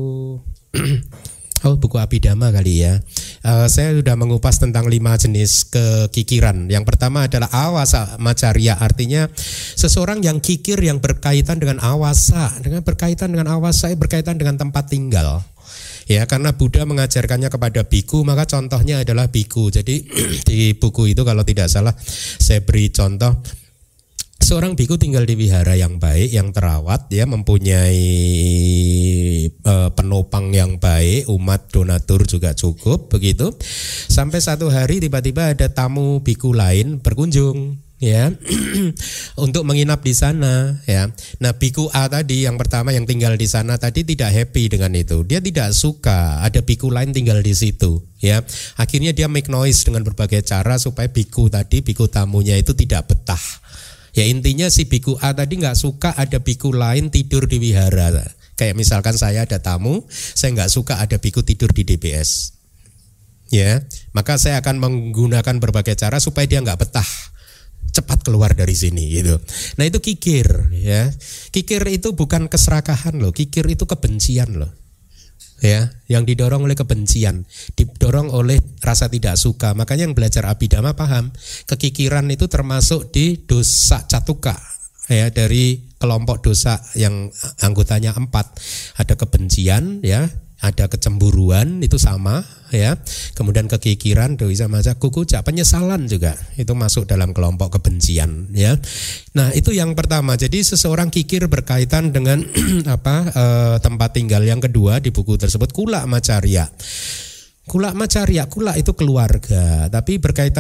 Oh buku Abhidhamma kali ya. Uh, saya sudah mengupas tentang lima jenis kekikiran. Yang pertama adalah awasa macarya, artinya seseorang yang kikir yang berkaitan dengan awasa. Dengan berkaitan dengan awasa, berkaitan dengan tempat tinggal. Ya, karena Buddha mengajarkannya kepada biku, maka contohnya adalah biku. Jadi di buku itu kalau tidak salah saya beri contoh. Seorang biku tinggal di wihara yang baik, yang terawat, ya, mempunyai e, penopang yang baik, umat donatur juga cukup, begitu. Sampai satu hari tiba-tiba ada tamu biku lain berkunjung, ya, untuk menginap di sana, ya. Nah, biku A tadi yang pertama yang tinggal di sana tadi tidak happy dengan itu. Dia tidak suka ada biku lain tinggal di situ, ya. Akhirnya dia make noise dengan berbagai cara supaya biku tadi, biku tamunya itu tidak betah. Ya intinya si biku A tadi nggak suka ada biku lain tidur di wihara. Kayak misalkan saya ada tamu, saya nggak suka ada biku tidur di D B S. Ya, maka saya akan menggunakan berbagai cara supaya dia nggak betah, cepat keluar dari sini gitu. Nah itu kikir, ya. Kikir itu bukan keserakahan loh, kikir itu kebencian loh. Ya, yang didorong oleh kebencian, didorong oleh rasa tidak suka. Makanya yang belajar Abhidhamma paham, kekikiran itu termasuk di dosa catuka, ya, dari kelompok dosa yang anggotanya empat. Ada kebencian, ya, ada kecemburuan, itu sama, ya. Kemudian kekikiran, dosa maca kukuca, penyesalan juga itu masuk dalam kelompok kebencian, ya. Nah itu yang pertama. Jadi seseorang kikir berkaitan dengan apa e, tempat tinggal. Yang kedua di buku tersebut kula macarya. Kula macarya, kula itu keluarga, tapi berkaitan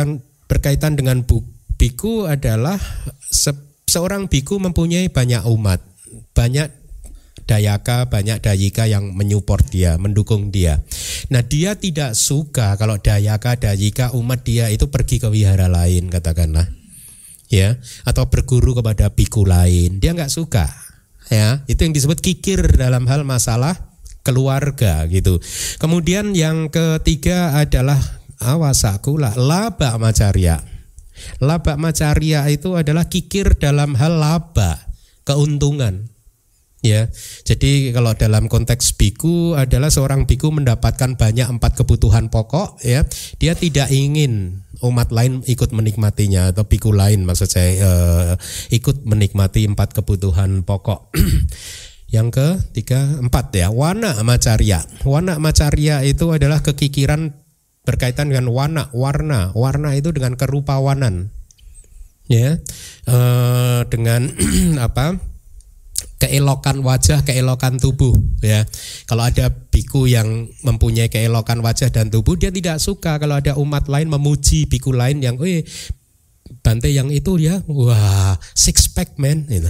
berkaitan dengan biku adalah se, seorang biku mempunyai banyak umat, banyak dayaka, banyak dayika yang menyupport dia, mendukung dia. Nah, dia tidak suka kalau dayaka, dayika, umat dia itu pergi ke wihara lain katakanlah. Ya, atau berguru kepada biku lain. Dia nggak suka. Ya, itu yang disebut kikir dalam hal masalah keluarga gitu. Kemudian yang ketiga adalah awasakula, laba macarya. Laba macarya itu adalah kikir dalam hal laba, keuntungan. Ya, jadi kalau dalam konteks biku adalah seorang biku mendapatkan banyak empat kebutuhan pokok, ya, dia tidak ingin umat lain ikut menikmatinya atau biku lain maksud saya eh, ikut menikmati empat kebutuhan pokok. Yang ketiga, empat ya, wana macarya. Wana macarya itu adalah kekikiran berkaitan dengan wana, warna, warna itu dengan kerupawanan, ya, eh, dengan apa? Keelokan wajah, keelokan tubuh, ya. Kalau ada biku yang mempunyai keelokan wajah dan tubuh, dia tidak suka kalau ada umat lain memuji biku lain yang, "Eh, Bante yang itu ya, wah, six pack man." Gitu.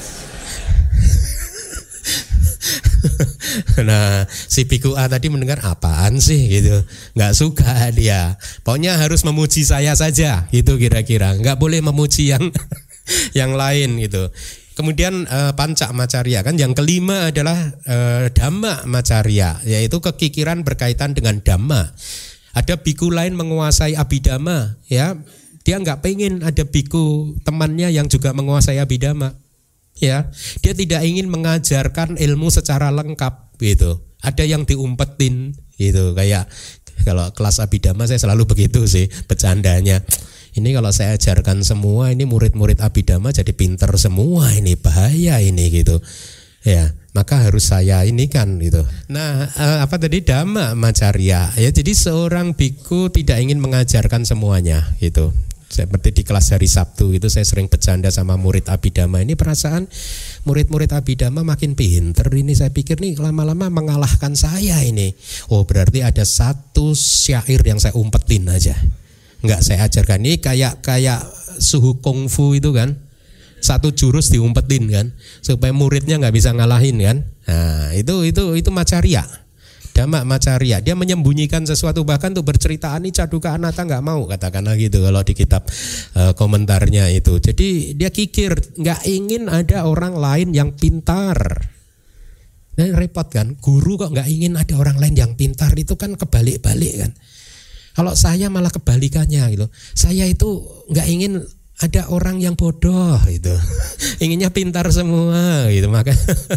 Nah, si biku A tadi mendengar apaan sih gitu, nggak suka dia. Pokoknya harus memuji saya saja, gitu kira-kira. Nggak boleh memuji yang yang lain gitu. Kemudian eh, panca macarya kan yang kelima adalah eh, dhamma macarya, yaitu kekikiran berkaitan dengan dhamma. Ada biku lain menguasai abhidhamma, ya, dia nggak pengen ada biku temannya yang juga menguasai abhidhamma, ya, dia tidak ingin mengajarkan ilmu secara lengkap gitu. Ada yang diumpetin gitu, kayak kalau kelas abhidhamma saya selalu begitu sih bercandanya. Ini kalau saya ajarkan semua, ini murid-murid abhidhamma jadi pinter semua, ini bahaya ini gitu. Ya, maka harus saya ini kan gitu. Nah, eh, apa tadi dhamma macarya? Ya, jadi seorang biku tidak ingin mengajarkan semuanya gitu. Seperti di kelas hari Sabtu itu saya sering bercanda sama murid abhidhamma. Ini perasaan murid-murid abhidhamma makin pinter ini, saya pikir nih lama-lama mengalahkan saya ini. Oh, berarti ada satu syair yang saya umpetin aja. Enggak saya ajarkan. Ini kayak kayak suhu kungfu itu kan, satu jurus diumpetin kan, supaya muridnya nggak bisa ngalahin kan. Nah itu itu itu macarya, dhamma macarya. Dia menyembunyikan sesuatu, bahkan tuh bercerita anicca dukkha anatta nggak mau, katakanlah gitu kalau di kitab uh, komentarnya itu. Jadi dia kikir, nggak ingin ada orang lain yang pintar. Nah repot kan, guru kok nggak ingin ada orang lain yang pintar, itu kan kebalik-balik kan. Kalau saya malah kebalikannya gitu. Saya itu nggak ingin ada orang yang bodoh gitu. Inginnya pintar semua gitu. Maka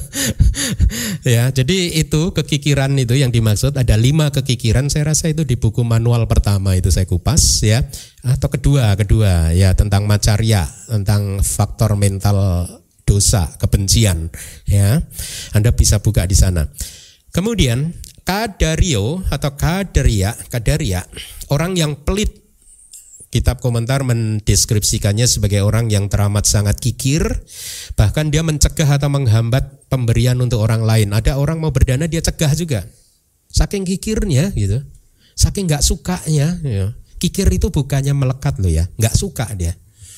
ya, jadi itu kekikiran itu yang dimaksud. Ada lima kekikiran. Saya rasa itu di buku manual pertama itu saya kupas ya. Atau kedua, kedua ya tentang macarya, tentang faktor mental dosa, kebencian ya. Anda bisa buka di sana. Kemudian Kadario atau kadaria, kadaria, orang yang pelit. Kitab komentar mendeskripsikannya sebagai orang yang teramat sangat kikir, bahkan dia mencegah atau menghambat pemberian untuk orang lain. Ada orang mau berdana dia cegah juga, saking kikirnya gitu, saking nggak sukanya. Ya. Kikir itu bukannya melekat loh ya, nggak suka dia.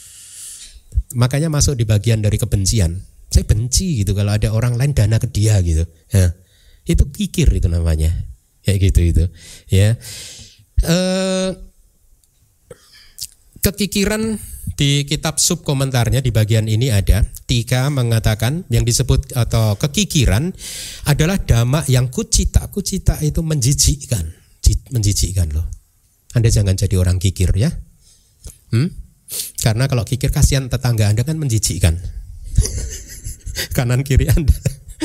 Makanya masuk di bagian dari kebencian. Saya benci gitu kalau ada orang lain dana ke dia gitu. Ya. Itu kikir itu namanya, kayak gitu itu, ya. E, kekikiran di kitab sub komentarnya di bagian ini ada Tika mengatakan yang disebut atau kekikiran adalah dhamma yang kucita. Kucita itu menjijikkan, menjijikkan loh. Anda jangan jadi orang kikir ya, hmm? Karena kalau kikir kasihan tetangga Anda kan menjijikkan, kanan kiri Anda.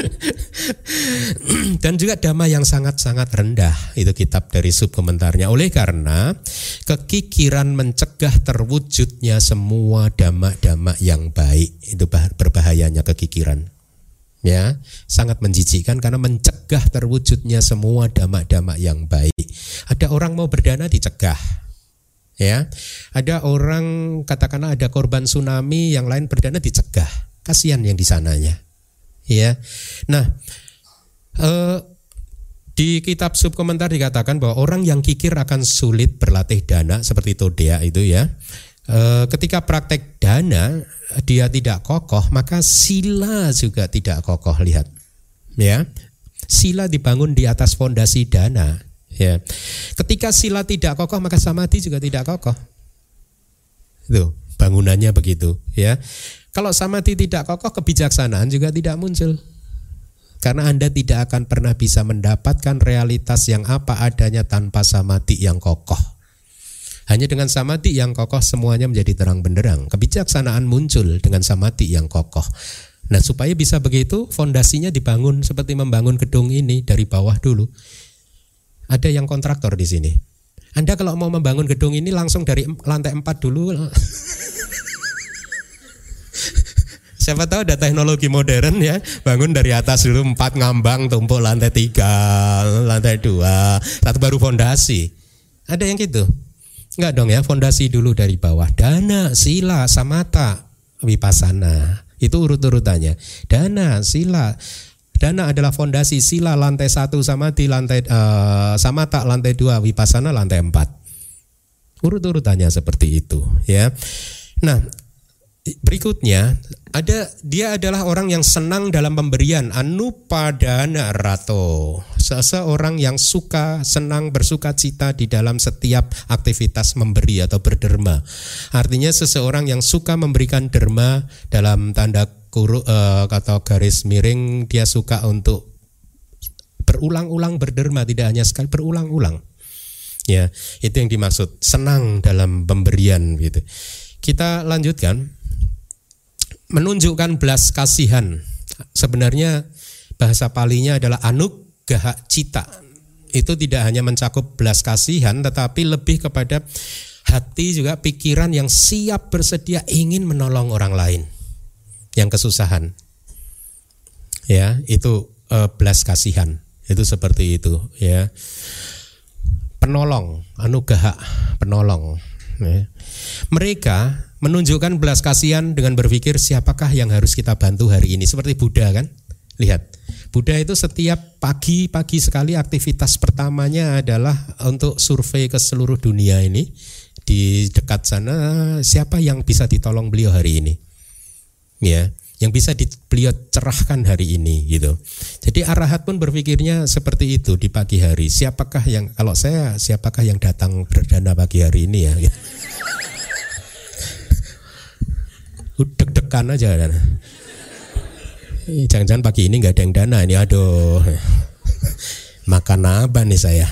Dan juga dhamma yang sangat-sangat rendah, itu kitab dari sub komentarnya. Oleh karena kekikiran mencegah terwujudnya semua dhamma-dhamma yang baik. Itu berbahayanya kekikiran, ya, sangat menjijikkan karena mencegah terwujudnya semua dhamma-dhamma yang baik. Ada orang mau berdana dicegah, ya. Ada orang katakanlah ada korban tsunami yang lain berdana dicegah, kasihan yang di sananya. Ya, nah eh, Di kitab subkomentar dikatakan bahwa orang yang kikir akan sulit berlatih dana seperti Todea itu ya. E, ketika praktek dana dia tidak kokoh, maka sila juga tidak kokoh. Lihat, ya, sila dibangun di atas fondasi dana. Ya, ketika sila tidak kokoh, maka samadhi juga tidak kokoh. Itu bangunannya begitu. Ya, kalau samadhi tidak kokoh, kebijaksanaan juga tidak muncul. Karena Anda tidak akan pernah bisa mendapatkan realitas yang apa adanya tanpa samadhi yang kokoh. Hanya dengan samadhi yang kokoh semuanya menjadi terang benderang. Kebijaksanaan muncul dengan samadhi yang kokoh. Nah, supaya bisa begitu, fondasinya dibangun seperti membangun gedung ini dari bawah dulu. Ada yang kontraktor di sini. Anda kalau mau membangun gedung ini langsung dari lantai empat dulu. Siapa tahu ada teknologi modern ya, bangun dari atas dulu empat ngambang tumpuk lantai tiga, lantai dua, satu baru fondasi. Ada yang gitu? Enggak dong ya, fondasi dulu dari bawah. Dana, sila, samatha, vipassana. Itu urut-urutannya. Dana, sila, dana adalah fondasi, sila lantai satu, samadhi lantai uh, samatha lantai dua, vipassana lantai empat. Urut-urutannya seperti itu ya. Nah, berikutnya ada dia adalah orang yang senang dalam pemberian, anupadana rato, seseorang yang suka senang bersuka cita di dalam setiap aktivitas memberi atau berderma. Artinya seseorang yang suka memberikan derma dalam tanda kurung uh, atau garis miring, dia suka untuk berulang-ulang berderma, tidak hanya sekali, berulang-ulang. Ya, itu yang dimaksud senang dalam pemberian gitu. Kita lanjutkan. Menunjukkan belas kasihan. Sebenarnya bahasa Palinya adalah anugaha cita. Itu tidak hanya mencakup belas kasihan, tetapi lebih kepada hati juga, pikiran yang siap bersedia ingin menolong orang lain yang kesusahan. Ya, itu eh, belas kasihan. Itu seperti itu ya. Penolong, anugaha, penolong ya. Mereka menunjukkan belas kasihan dengan berpikir siapakah yang harus kita bantu hari ini. Seperti Buddha kan. Lihat, Buddha itu setiap pagi-pagi sekali aktivitas pertamanya adalah untuk survei ke seluruh dunia ini. Di dekat sana siapa yang bisa ditolong beliau hari ini. Ya, yang bisa di, beliau cerahkan hari ini gitu. Jadi arahat pun berpikirnya seperti itu di pagi hari. Siapakah yang, kalau saya siapakah yang datang berdana pagi hari ini ya gitu. Deg-degan aja dan jangan-jangan pagi ini nggak ada yang dana ini, aduh makan apa nih saya.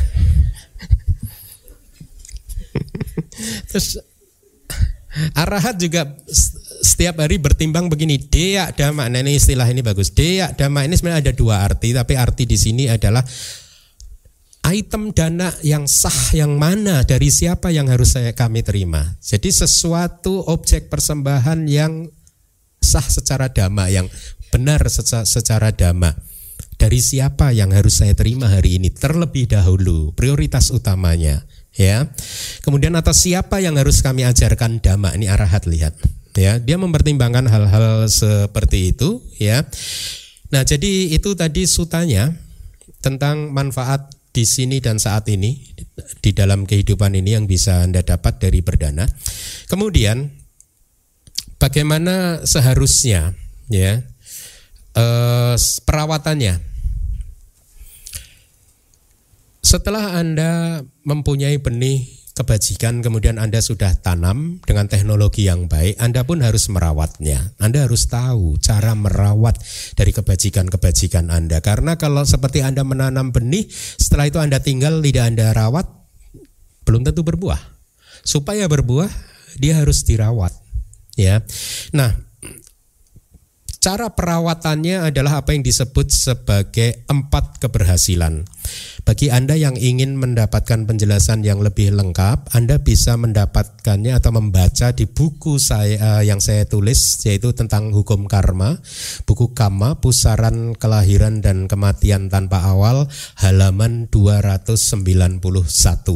Terus arahat juga setiap hari bertimbang begini, deya dhamma. Nah, ini istilah ini bagus. Deya dhamma ini sebenarnya ada dua arti, tapi arti di sini adalah item dana yang sah yang mana, dari siapa yang harus saya kami terima. Jadi sesuatu objek persembahan yang sah secara dhamma, yang benar secara, secara dhamma. Dari siapa yang harus saya terima hari ini terlebih dahulu, prioritas utamanya ya. Kemudian atas siapa yang harus kami ajarkan dhamma, ini arahat, lihat ya. Dia mempertimbangkan hal-hal seperti itu ya. Nah, jadi itu tadi sutanya tentang manfaat di sini dan saat ini, di dalam kehidupan ini yang bisa Anda dapat dari berdana. Kemudian bagaimana seharusnya ya eh, perawatannya. Setelah Anda mempunyai benih kebajikan, kemudian Anda sudah tanam dengan teknologi yang baik, Anda pun harus merawatnya. Anda harus tahu cara merawat dari kebajikan-kebajikan Anda. Karena kalau seperti Anda menanam benih, setelah itu Anda tinggal tidak Anda rawat, belum tentu berbuah. Supaya berbuah, dia harus dirawat. Ya. Nah, cara perawatannya adalah apa yang disebut sebagai empat keberhasilan. Bagi Anda yang ingin mendapatkan penjelasan yang lebih lengkap, Anda bisa mendapatkannya atau membaca di buku saya yang saya tulis, yaitu tentang hukum karma, buku Kamma, Pusaran Kelahiran dan Kematian Tanpa Awal, halaman dua ratus sembilan puluh satu.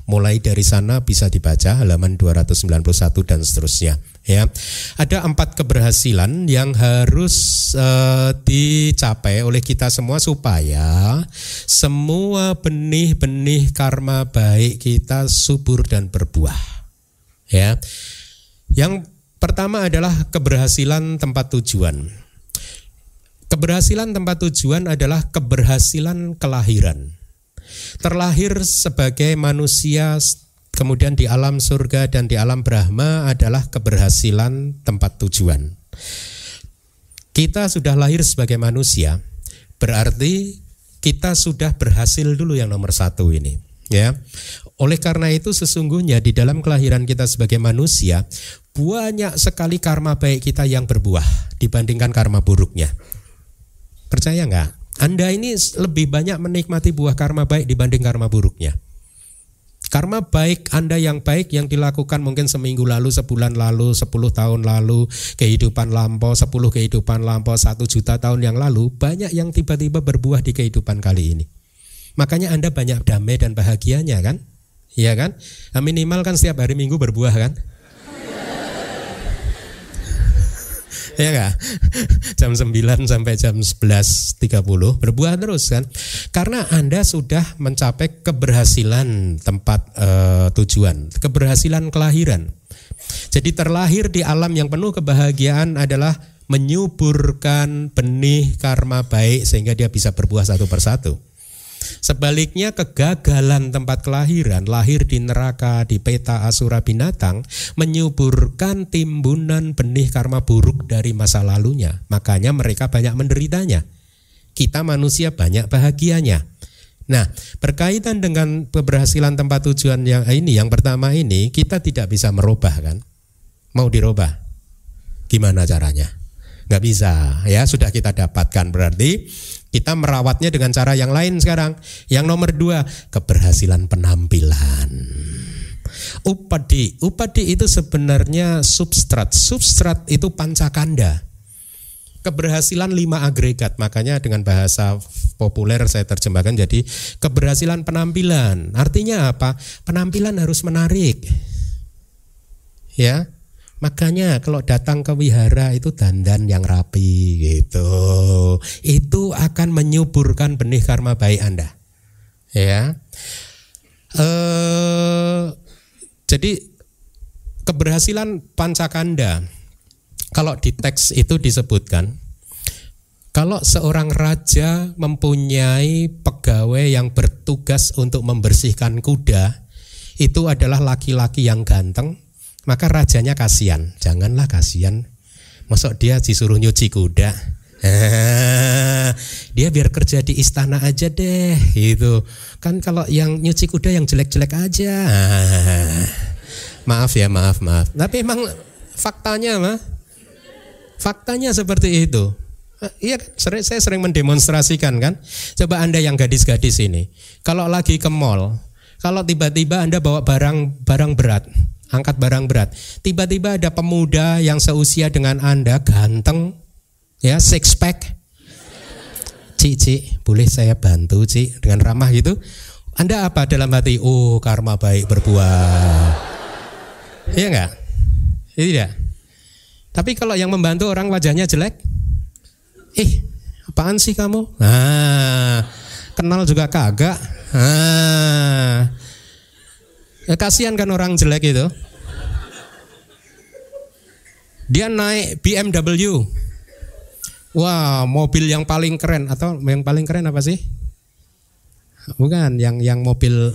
Mulai dari sana bisa dibaca halaman dua ratus sembilan puluh satu dan seterusnya. Ya, ada empat keberhasilan yang harus uh, dicapai oleh kita semua supaya semua benih-benih karma baik kita subur dan berbuah. Ya, yang pertama adalah keberhasilan tempat tujuan. Keberhasilan tempat tujuan adalah keberhasilan kelahiran. Terlahir sebagai manusia, kemudian di alam surga dan di alam Brahma adalah keberhasilan tempat tujuan. Kita sudah lahir sebagai manusia, berarti kita sudah berhasil dulu yang nomor satu ini. Ya, oleh karena itu sesungguhnya di dalam kelahiran kita sebagai manusia banyak sekali karma baik kita yang berbuah dibandingkan karma buruknya. Percaya nggak? Anda ini lebih banyak menikmati buah karma baik dibanding karma buruknya. Karma baik Anda yang baik yang dilakukan mungkin seminggu lalu, sebulan lalu, sepuluh tahun lalu, kehidupan lampau, sepuluh kehidupan lampau, satu juta tahun yang lalu, banyak yang tiba-tiba berbuah di kehidupan kali ini. Makanya Anda banyak damai dan bahagianya kan? Iya kan? Nah, minimal kan setiap hari Minggu berbuah kan? Ya enggak? Jam sembilan sampai jam sebelas tiga puluh berbuah terus kan? Karena Anda sudah mencapai keberhasilan tempat uh, tujuan, keberhasilan kelahiran. Jadi terlahir di alam yang penuh kebahagiaan adalah menyuburkan benih karma baik sehingga dia bisa berbuah satu persatu. Sebaliknya kegagalan tempat kelahiran, lahir di neraka, di peta asura binatang, menyuburkan timbunan benih karma buruk dari masa lalunya. Makanya mereka banyak menderitanya. Kita manusia banyak bahagianya. Nah, berkaitan dengan keberhasilan tempat tujuan yang ini, yang pertama ini, kita tidak bisa merubah kan? Mau dirubah? Gimana caranya? Nggak bisa, ya sudah kita dapatkan, berarti kita merawatnya dengan cara yang lain sekarang. Yang nomor dua, keberhasilan penampilan. Upadi, upadi itu sebenarnya substrat. Substrat itu pancakanda. Keberhasilan lima agregat, makanya dengan bahasa populer saya terjemahkan jadi keberhasilan penampilan. Artinya apa? Penampilan harus menarik. Ya. Makanya kalau datang ke wihara itu dandan yang rapi gitu. Itu akan menyuburkan benih karma baik Anda. Ya. Eh, jadi keberhasilan pancakanda. Kalau di teks itu disebutkan, kalau seorang raja mempunyai pegawai yang bertugas untuk membersihkan kuda, itu adalah laki-laki yang ganteng, maka rajanya kasihan. Janganlah kasihan, masuk dia disuruh nyuci kuda. Ah, dia biar kerja di istana aja deh, gitu. Kan kalau yang nyuci kuda yang jelek-jelek aja. Ah, maaf ya, maaf, maaf. Tapi emang faktanya mah, faktanya seperti itu. Iya, saya sering mendemonstrasikan kan. Coba Anda yang gadis-gadis ini, kalau lagi ke mall, kalau tiba-tiba Anda bawa barang barang berat, angkat barang berat, tiba-tiba ada pemuda yang seusia dengan Anda, ganteng, ya, six pack. Cik, cik, boleh saya bantu cik, dengan ramah gitu. Anda apa dalam hati? Oh, karma baik berbuah. Iya enggak? Tidak. Tapi kalau yang membantu orang wajahnya jelek, eh, apaan sih kamu? Nah, kenal juga kagak. Nah, ya, kasihan kan orang jelek itu. Dia naik B M W. Wah, mobil yang paling keren. Atau yang paling keren apa sih? Bukan, yang yang mobil,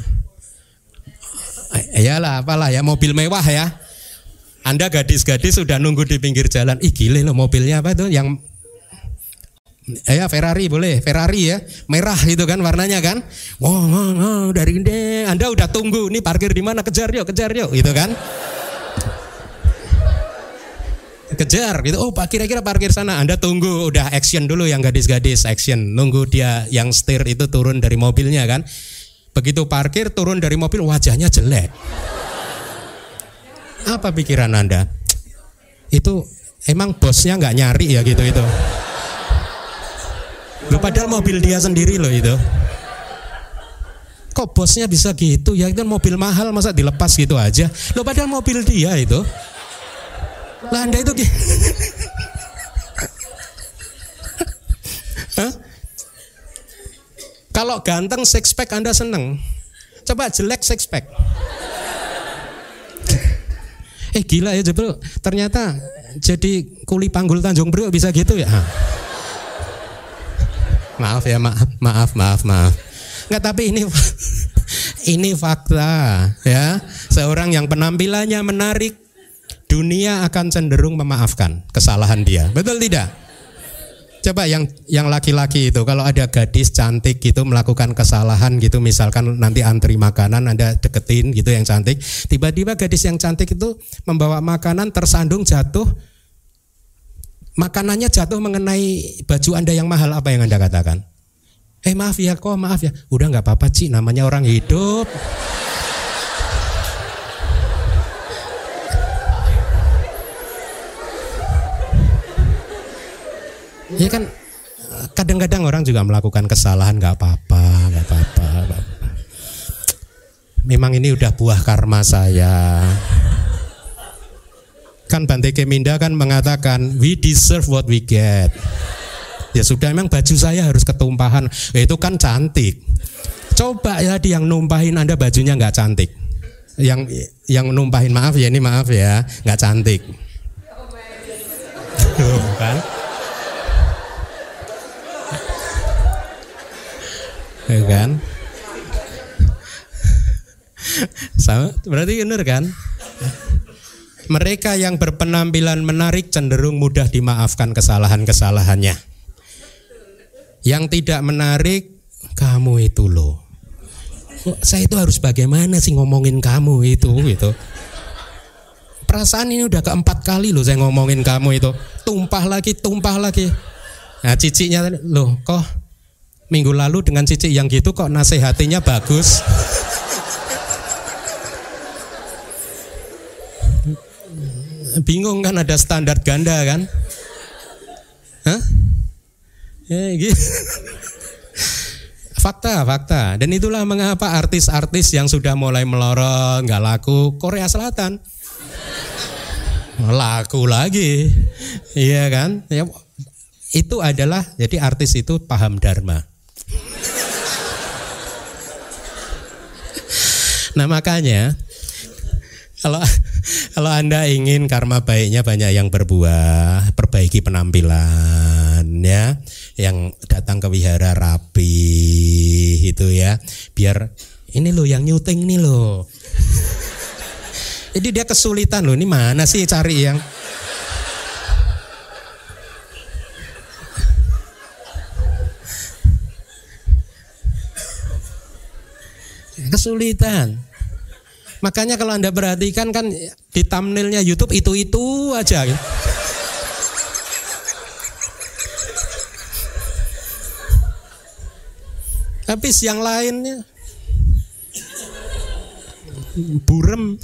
iyalah apalah ya, mobil mewah ya. Anda gadis-gadis sudah nunggu di pinggir jalan. Ih, gile loh mobilnya apa tuh? Yang ya Ferrari boleh, Ferrari ya, merah itu kan warnanya kan. Wow, wow, wow, dari ini Anda udah tunggu, nih parkir di mana? Kejar yuk, kejar yuk, gitu kan. Kejar gitu. Oh, kira-kira parkir sana. Anda tunggu, udah action dulu yang gadis-gadis, action. Nunggu dia yang setir itu turun dari mobilnya kan. Begitu parkir, turun dari mobil, wajahnya jelek. Apa pikiran Anda? Itu emang bosnya nggak nyari ya gitu itu. Loh, padahal mobil dia sendiri loh itu. Kok bosnya bisa gitu? Ya itu mobil mahal masa dilepas gitu aja. Loh padahal mobil dia itu. Lah Anda itu Hah? Kalau ganteng six pack Anda seneng. Coba jelek six pack. Eh gila ya Jebel. Ternyata jadi kuli panggul Tanjung Priok bisa gitu ya. Maaf ya, maaf, maaf, maaf, maaf. Enggak, tapi ini ini fakta ya. Seorang yang penampilannya menarik, dunia akan cenderung memaafkan kesalahan dia. Betul tidak? Coba yang yang laki-laki itu kalau ada gadis cantik gitu melakukan kesalahan gitu, misalkan nanti antri makanan Anda deketin gitu yang cantik, tiba-tiba gadis yang cantik itu membawa makanan tersandung jatuh, makanannya jatuh mengenai baju Anda yang mahal, apa yang Anda katakan? Eh maaf ya kok, maaf ya. Udah gak apa-apa Ci, namanya orang hidup. Ya kan kadang-kadang orang juga melakukan kesalahan, gak apa-apa, gak apa-apa, gak apa-apa. Memang ini udah buah karma saya. Kan Bante Keminda kan mengatakan we deserve what we get. Ya sudah, memang baju saya harus ketumpahan. Ya, itu kan cantik. Coba ya di yang numpahin Anda bajunya nggak cantik. Yang yang numpahin, maaf ya ini maaf ya, nggak cantik. Tuh, kan? Ya kan? Sama, berarti benar kan? Mereka yang berpenampilan menarik cenderung mudah dimaafkan kesalahan-kesalahannya. Yang tidak menarik, kamu itu loh. Saya itu harus bagaimana sih ngomongin kamu itu gitu. Perasaan ini udah keempat kali loh saya ngomongin kamu itu. Tumpah lagi, tumpah lagi. Nah ciciknya loh, kok minggu lalu dengan cicik yang gitu kok nasihatinya bagus. Bingung kan, ada standar ganda kan? Hah? Ya, gitu. Fakta, fakta. Dan itulah mengapa artis-artis yang sudah mulai melorot, nggak laku, Korea Selatan laku lagi, iya kan? Ya, itu adalah, jadi artis itu paham dharma. Nah makanya kalau kalau Anda ingin karma baiknya banyak yang berbuah, perbaiki penampilan ya, yang datang ke wihara rapi itu ya, biar ini loh yang nyuting nih loh. Jadi dia kesulitan loh, ini mana sih cari yang kesulitan. Makanya kalau Anda perhatikan kan di thumbnailnya YouTube itu-itu aja. Habis yang lainnya burem.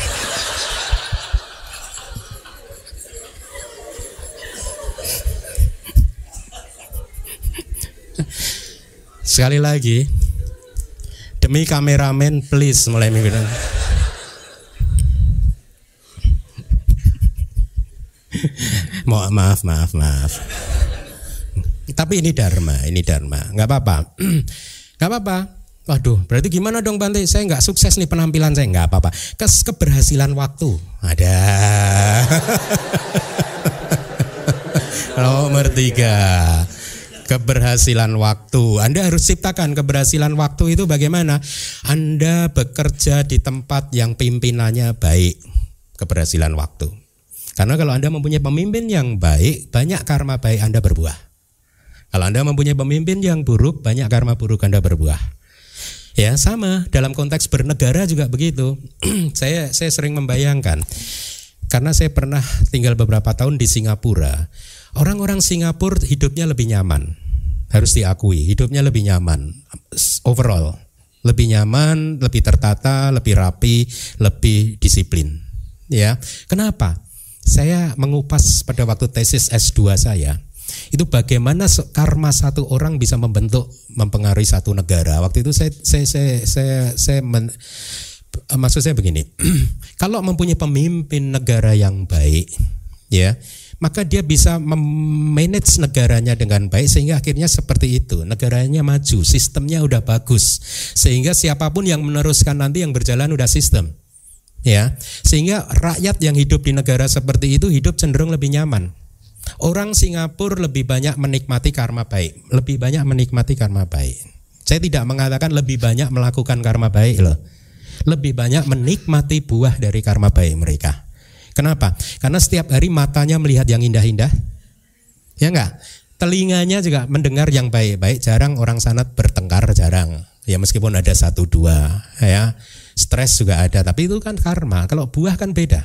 Sekali lagi, demi kameramen please mulai minggu depan. Maaf, maaf, maaf. Tapi ini dharma, ini dharma. Nggak apa-apa, nggak apa-apa. Waduh, berarti gimana dong Bante? Saya nggak sukses nih penampilan saya, nggak apa-apa. Kes keberhasilan waktu ada. Nomor tiga, keberhasilan waktu. Anda harus ciptakan keberhasilan waktu itu bagaimana? Anda bekerja di tempat yang pimpinannya baik, keberhasilan waktu. Karena kalau Anda mempunyai pemimpin yang baik, banyak karma baik Anda berbuah. Kalau Anda mempunyai pemimpin yang buruk, banyak karma buruk Anda berbuah. Ya sama, dalam konteks bernegara juga begitu. saya saya sering membayangkan, karena saya pernah tinggal beberapa tahun di Singapura. Orang-orang Singapura hidupnya lebih nyaman, harus diakui, hidupnya lebih nyaman overall, lebih nyaman, lebih tertata, lebih rapi, lebih disiplin. Ya, kenapa? Saya mengupas pada waktu tesis S dua saya. Itu bagaimana karma satu orang bisa membentuk, mempengaruhi satu negara. Waktu itu saya saya saya saya, saya men, maksud saya begini. Kalau mempunyai pemimpin negara yang baik, ya, maka dia bisa memanage negaranya dengan baik sehingga akhirnya seperti itu. Negaranya maju, sistemnya udah bagus. Sehingga siapapun yang meneruskan nanti yang berjalan udah sistem. Ya, sehingga rakyat yang hidup di negara seperti itu hidup cenderung lebih nyaman. Orang Singapura lebih banyak menikmati karma baik, lebih banyak menikmati karma baik. Saya tidak mengatakan lebih banyak melakukan karma baik loh. Lebih banyak menikmati buah dari karma baik mereka. Kenapa? Karena setiap hari matanya melihat yang indah-indah. Ya enggak? Telinganya juga mendengar yang baik-baik. Jarang orang sana bertengkar, jarang. Ya meskipun ada satu dua, ya. Stres juga ada, tapi itu kan karma. Kalau buah kan beda.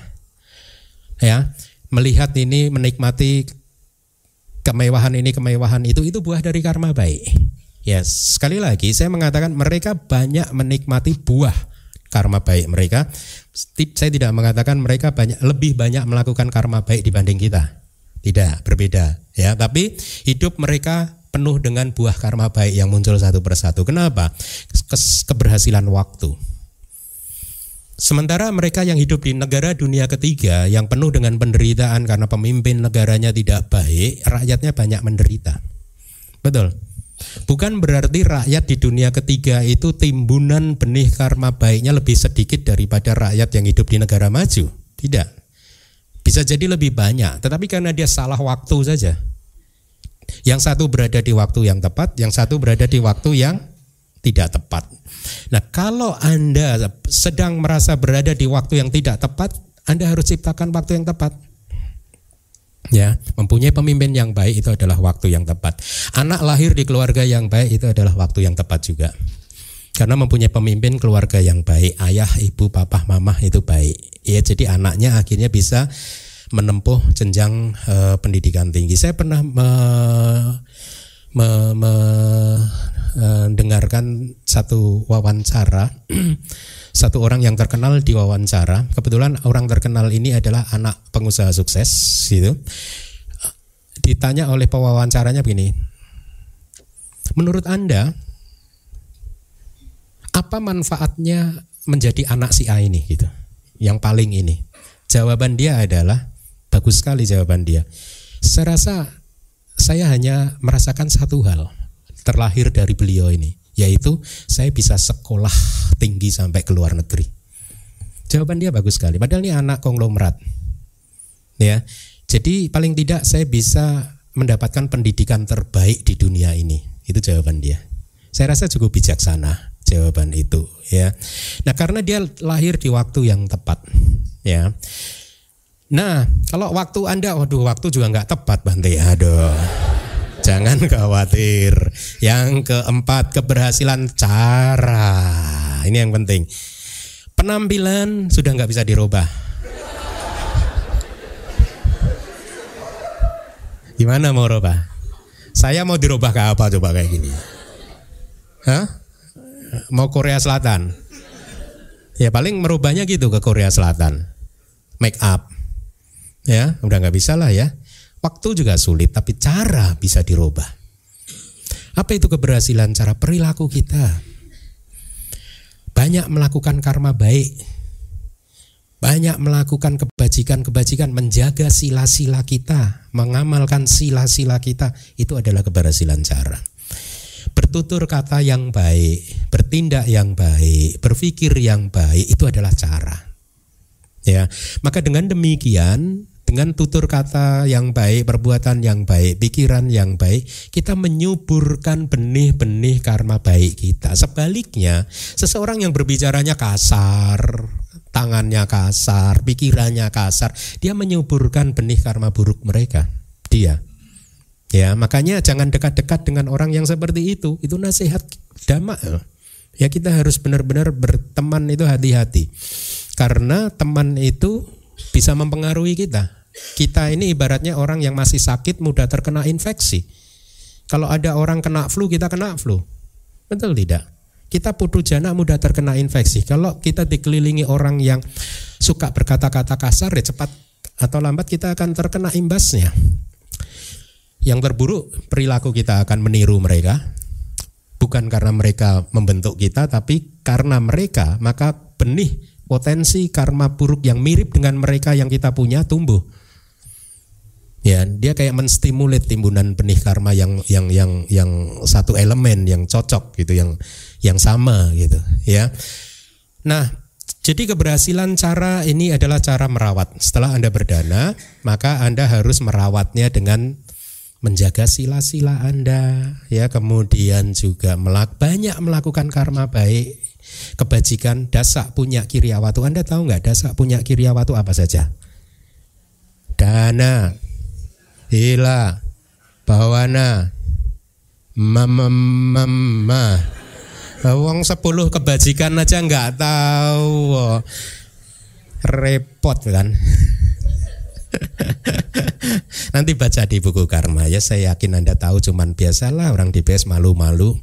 Ya. Melihat ini, menikmati kemewahan ini, kemewahan itu, itu buah dari karma baik. Ya, sekali lagi saya mengatakan mereka banyak menikmati buah karma baik mereka. Saya tidak mengatakan mereka banyak lebih banyak melakukan karma baik dibanding kita. Tidak, berbeda. Ya, tapi hidup mereka penuh dengan buah karma baik yang muncul satu persatu. Kenapa? Keberhasilan waktu. Sementara mereka yang hidup di negara dunia ketiga yang penuh dengan penderitaan karena pemimpin negaranya tidak baik, rakyatnya banyak menderita. Betul. Bukan berarti rakyat di dunia ketiga itu timbunan benih karma baiknya lebih sedikit daripada rakyat yang hidup di negara maju. Tidak. Bisa jadi lebih banyak, tetapi karena dia salah waktu saja. Yang satu berada di waktu yang tepat, yang satu berada di waktu yang tidak tepat. Nah, kalau Anda sedang merasa berada di waktu yang tidak tepat, Anda harus ciptakan waktu yang tepat. Ya, mempunyai pemimpin yang baik itu adalah waktu yang tepat. Anak lahir di keluarga yang baik itu adalah waktu yang tepat juga. Karena mempunyai pemimpin keluarga yang baik, ayah, ibu, papa, mama itu baik. Ya, jadi anaknya akhirnya bisa menempuh jenjang eh, pendidikan tinggi. Saya pernah me, me, me dengarkan satu wawancara, satu orang yang terkenal diwawancara. Kebetulan orang terkenal ini adalah anak pengusaha sukses, gitu. Ditanya oleh pewawancaranya begini, menurut Anda apa manfaatnya menjadi anak si A ini, gitu, yang paling ini? Jawaban dia adalah, bagus sekali jawaban dia. Saya rasa saya hanya merasakan satu hal terlahir dari beliau ini, yaitu saya bisa sekolah tinggi sampai ke luar negeri. Jawaban dia bagus sekali. Padahal ini anak konglomerat. Ya, jadi paling tidak saya bisa mendapatkan pendidikan terbaik di dunia ini. Itu jawaban dia. Saya rasa cukup bijaksana jawaban itu. Ya, nah karena dia lahir di waktu yang tepat. Ya, nah kalau waktu Anda, waduh waktu juga nggak tepat, Bante. Aduh. Jangan khawatir. Yang keempat, keberhasilan cara. Ini yang penting. Penampilan sudah nggak bisa dirubah. Gimana mau rubah? Saya mau dirubah ke apa coba kayak gini? Hah? Mau Korea Selatan? Ya paling merubahnya gitu ke Korea Selatan. Make up. Ya, udah nggak bisa lah ya. Waktu juga sulit, tapi cara bisa dirubah. Apa itu keberhasilan? Cara perilaku kita. Banyak melakukan karma baik. Banyak melakukan kebajikan-kebajikan, menjaga sila-sila kita, mengamalkan sila-sila kita. Itu adalah keberhasilan cara. Bertutur kata yang baik, bertindak yang baik, berpikir yang baik, itu adalah cara. Ya, maka dengan demikian, dengan tutur kata yang baik, perbuatan yang baik, pikiran yang baik, kita menyuburkan benih-benih karma baik kita. Sebaliknya, seseorang yang berbicaranya kasar, tangannya kasar, pikirannya kasar, dia menyuburkan benih karma buruk mereka. Dia. Ya, makanya jangan dekat-dekat dengan orang yang seperti itu. Itu nasihat dhamma. Ya, kita harus benar-benar berteman itu hati-hati. Karena teman itu bisa mempengaruhi kita. Kita ini ibaratnya orang yang masih sakit, mudah terkena infeksi. Kalau ada orang kena flu, kita kena flu. Betul tidak? Kita putu jana mudah terkena infeksi. Kalau kita dikelilingi orang yang suka berkata-kata kasar, ya cepat atau lambat kita akan terkena imbasnya. Yang terburuk, perilaku kita akan meniru mereka. Bukan karena mereka membentuk kita, tapi karena mereka, maka benih potensi karma buruk yang mirip dengan mereka yang kita punya tumbuh. Ya, dia kayak menstimulit timbunan benih karma yang yang yang yang satu elemen yang cocok gitu, yang yang sama gitu, ya. Nah, jadi keberhasilan cara ini adalah cara merawat. Setelah Anda berdana, maka Anda harus merawatnya dengan menjaga sila-sila Anda, ya, kemudian juga melak, banyak melakukan karma baik, kebajikan. Dasa punya kiryawatu. Anda tahu nggak dasa punya kiryawatu apa saja? Dana, hila, bawana, mamamama. Wong sepuluh kebajikan aja nggak tahu, repot kan? Nanti baca di buku karma ya, saya yakin Anda tahu, cuman biasalah orang di B S malu-malu.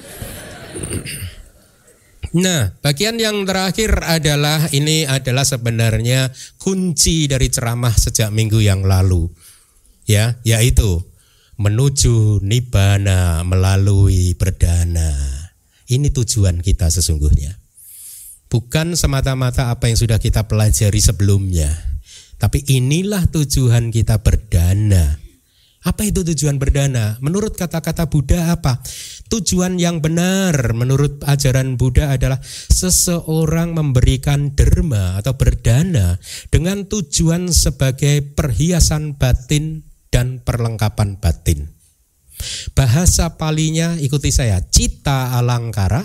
Nah, bagian yang terakhir adalah, ini adalah sebenarnya kunci dari ceramah sejak minggu yang lalu, ya, yaitu menuju nibbana melalui berdana. Ini tujuan kita sesungguhnya. Bukan semata-mata apa yang sudah kita pelajari sebelumnya, tapi inilah tujuan kita berdana. Apa itu tujuan berdana? Menurut kata-kata Buddha apa? Tujuan yang benar menurut ajaran Buddha adalah seseorang memberikan dharma atau berdana dengan tujuan sebagai perhiasan batin dan perlengkapan batin. Bahasa Palinya ikuti saya, citta alangkara,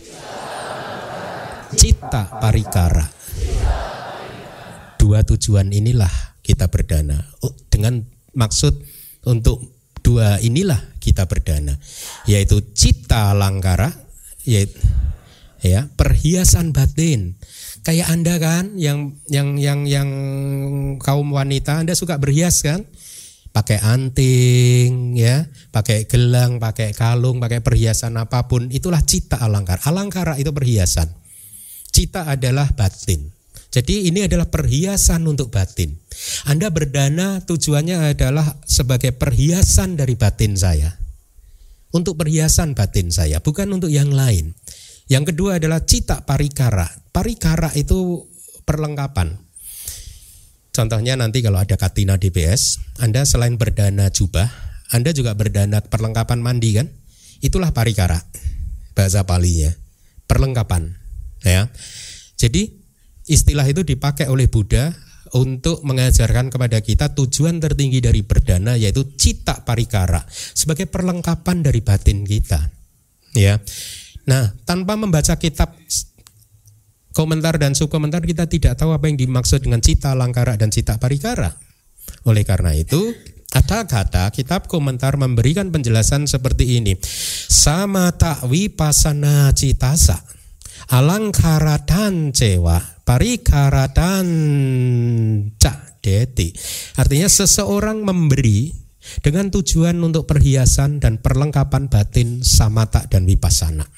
citta parikara. Dua tujuan inilah kita berdana. Oh, dengan maksud untuk dua inilah kita berdana, yaitu citta alangkara, yaitu ya, perhiasan batin. Kayak Anda kan yang yang yang yang kaum wanita, Anda suka berhias kan? Pakai anting, ya, pakai gelang, pakai kalung, pakai perhiasan apapun, itulah citta alangkara. Alangkara itu perhiasan. Citta adalah batin. Jadi ini adalah perhiasan untuk batin. Anda berdana tujuannya adalah sebagai perhiasan dari batin saya. Untuk perhiasan batin saya, bukan untuk yang lain. Yang kedua adalah citta parikara. Parikara itu perlengkapan. Contohnya nanti kalau ada katina D B S, Anda selain berdana jubah, Anda juga berdana perlengkapan mandi kan? Itulah parikara, bahasa Palinya, perlengkapan. Ya, jadi istilah itu dipakai oleh Buddha untuk mengajarkan kepada kita tujuan tertinggi dari berdana, yaitu citta parikara, sebagai perlengkapan dari batin kita. Ya, nah tanpa membaca kitab komentar dan subkomentar kita tidak tahu apa yang dimaksud dengan citta alangkara dan citta parikara. Oleh karena itu, ada kata kitab komentar memberikan penjelasan seperti ini. Samata vipassana citasa alangkaratan cewa parikaratan cak deti. Artinya seseorang memberi dengan tujuan untuk perhiasan dan perlengkapan batin samata dan vipassana.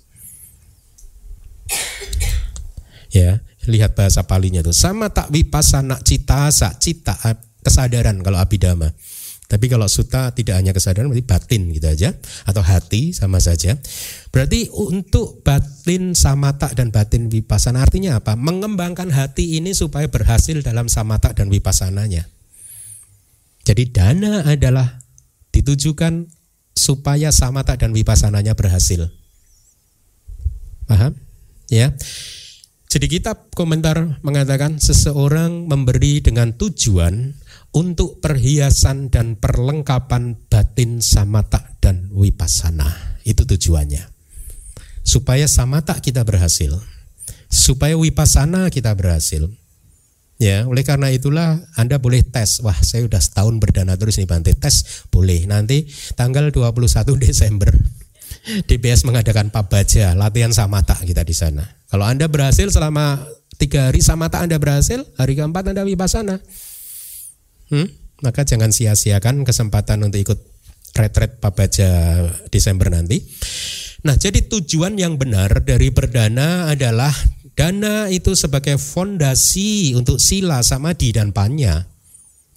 Ya, lihat bahasa Palinya itu. Samata vipassana citasa, cita kesadaran kalau abhidhamma. Tapi kalau sutta tidak hanya kesadaran, berarti batin gitu aja, atau hati sama saja. Berarti untuk batin samata dan batin vipassana artinya apa? Mengembangkan hati ini supaya berhasil dalam samata dan vipassananya. Jadi dana adalah ditujukan supaya samata dan vipassananya berhasil. Paham? Ya. Jadi kitab komentar mengatakan seseorang memberi dengan tujuan untuk perhiasan dan perlengkapan batin samata dan vipassana. Itu tujuannya. Supaya samata kita berhasil, supaya vipassana kita berhasil. Ya, oleh karena itulah Anda boleh tes. Wah, saya udah setahun berdana terus nih Bante. Tes boleh. Nanti tanggal dua puluh satu Desember D B S mengadakan pabaja, latihan samata kita di sana. Kalau Anda berhasil selama tiga hari samata Anda berhasil, hari keempat Anda vipassana. Hmm? Maka jangan sia-siakan kesempatan untuk ikut retret pabaja Desember nanti. Nah, jadi tujuan yang benar dari berdana adalah dana itu sebagai fondasi untuk sila, samadhi dan panya.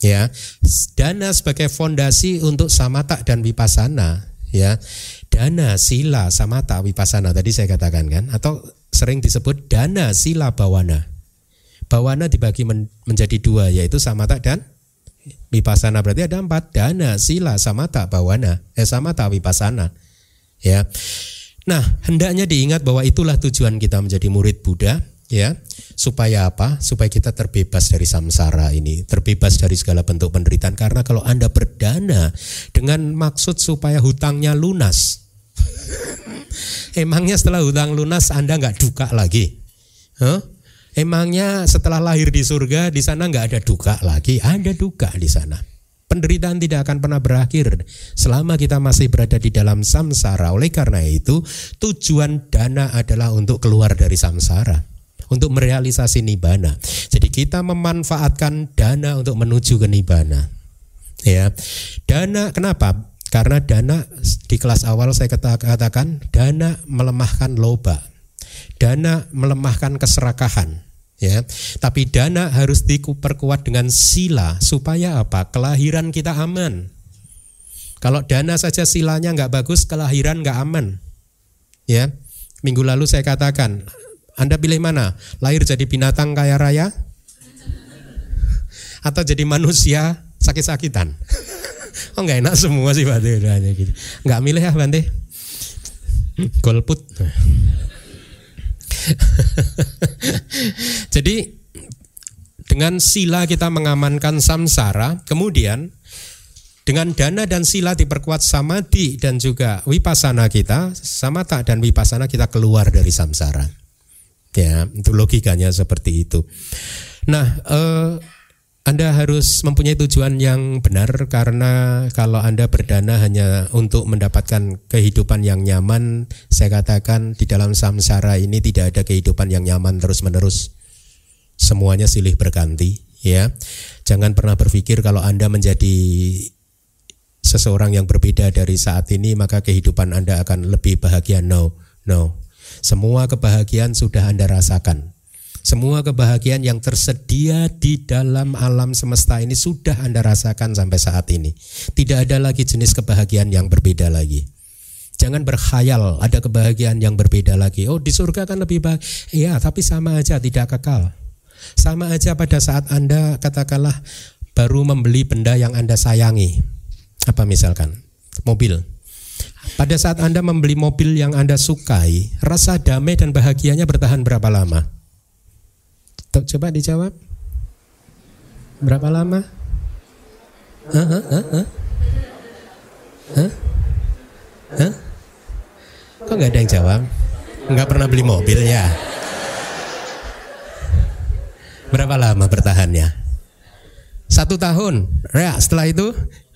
Ya, dana sebagai fondasi untuk samatha dan vipassana, ya. Dana, sila, samatha, vipassana tadi saya katakan kan, atau sering disebut dana, sila, bawana. Bawana dibagi men- menjadi dua, yaitu samatha dan vipassana. Berarti ada empat: dana, sila, samatha, bawana, eh samatha, vipassana. Ya. Nah, hendaknya diingat bahwa itulah tujuan kita menjadi murid Buddha, ya. Supaya apa? Supaya kita terbebas dari samsara ini, terbebas dari segala bentuk penderitaan. Karena kalau Anda berdana dengan maksud supaya hutangnya lunas, emangnya setelah hutang lunas Anda nggak duka lagi? Huh? Emangnya setelah lahir di surga di sana nggak ada duka lagi? Ada duka di sana. Penderitaan tidak akan pernah berakhir selama kita masih berada di dalam samsara. Oleh karena itu, tujuan dana adalah untuk keluar dari samsara, untuk merealisasi nibbana. Jadi kita memanfaatkan dana untuk menuju ke nibbana. Ya. Dana kenapa? Karena dana di kelas awal saya katakan dana melemahkan loba. Dana melemahkan keserakahan. Ya, tapi dana harus diperkuat dengan sila supaya apa? Kelahiran kita aman. Kalau dana saja silanya nggak bagus, kelahiran nggak aman. Ya, minggu lalu saya katakan, Anda pilih mana? Lahir jadi binatang kaya raya, atau jadi manusia sakit-sakitan? Oh nggak enak semua sih Bante, gitu. Nggak milih ya Bante? Golput. Jadi dengan sila kita mengamankan samsara, kemudian dengan dana dan sila diperkuat samadhi dan juga vipassana kita, samatha dan vipassana kita keluar dari samsara. Ya, itu logikanya seperti itu. Nah, eh, Anda harus mempunyai tujuan yang benar, karena kalau Anda berdana hanya untuk mendapatkan kehidupan yang nyaman, saya katakan di dalam samsara ini tidak ada kehidupan yang nyaman terus-menerus. Semuanya silih berganti, ya. Jangan pernah berpikir kalau Anda menjadi seseorang yang berbeda dari saat ini maka kehidupan Anda akan lebih bahagia. No, no. Semua kebahagiaan sudah Anda rasakan. Semua kebahagiaan yang tersedia di dalam alam semesta ini sudah Anda rasakan sampai saat ini. Tidak ada lagi jenis kebahagiaan yang berbeda lagi. Jangan berkhayal ada kebahagiaan yang berbeda lagi. Oh, di surga kan lebih baik. Iya, tapi sama aja, tidak kekal. Sama aja pada saat Anda katakanlah baru membeli benda yang Anda sayangi. Apa misalkan? Mobil. Pada saat Anda membeli mobil yang Anda sukai, rasa damai dan bahagianya bertahan berapa lama? Coba dijawab. Berapa lama? Hah? Hah? Hah? Hah? Hah? Kok nggak ada yang jawab? Nggak pernah beli mobil ya? Berapa lama bertahannya? Satu tahun. Ya, setelah itu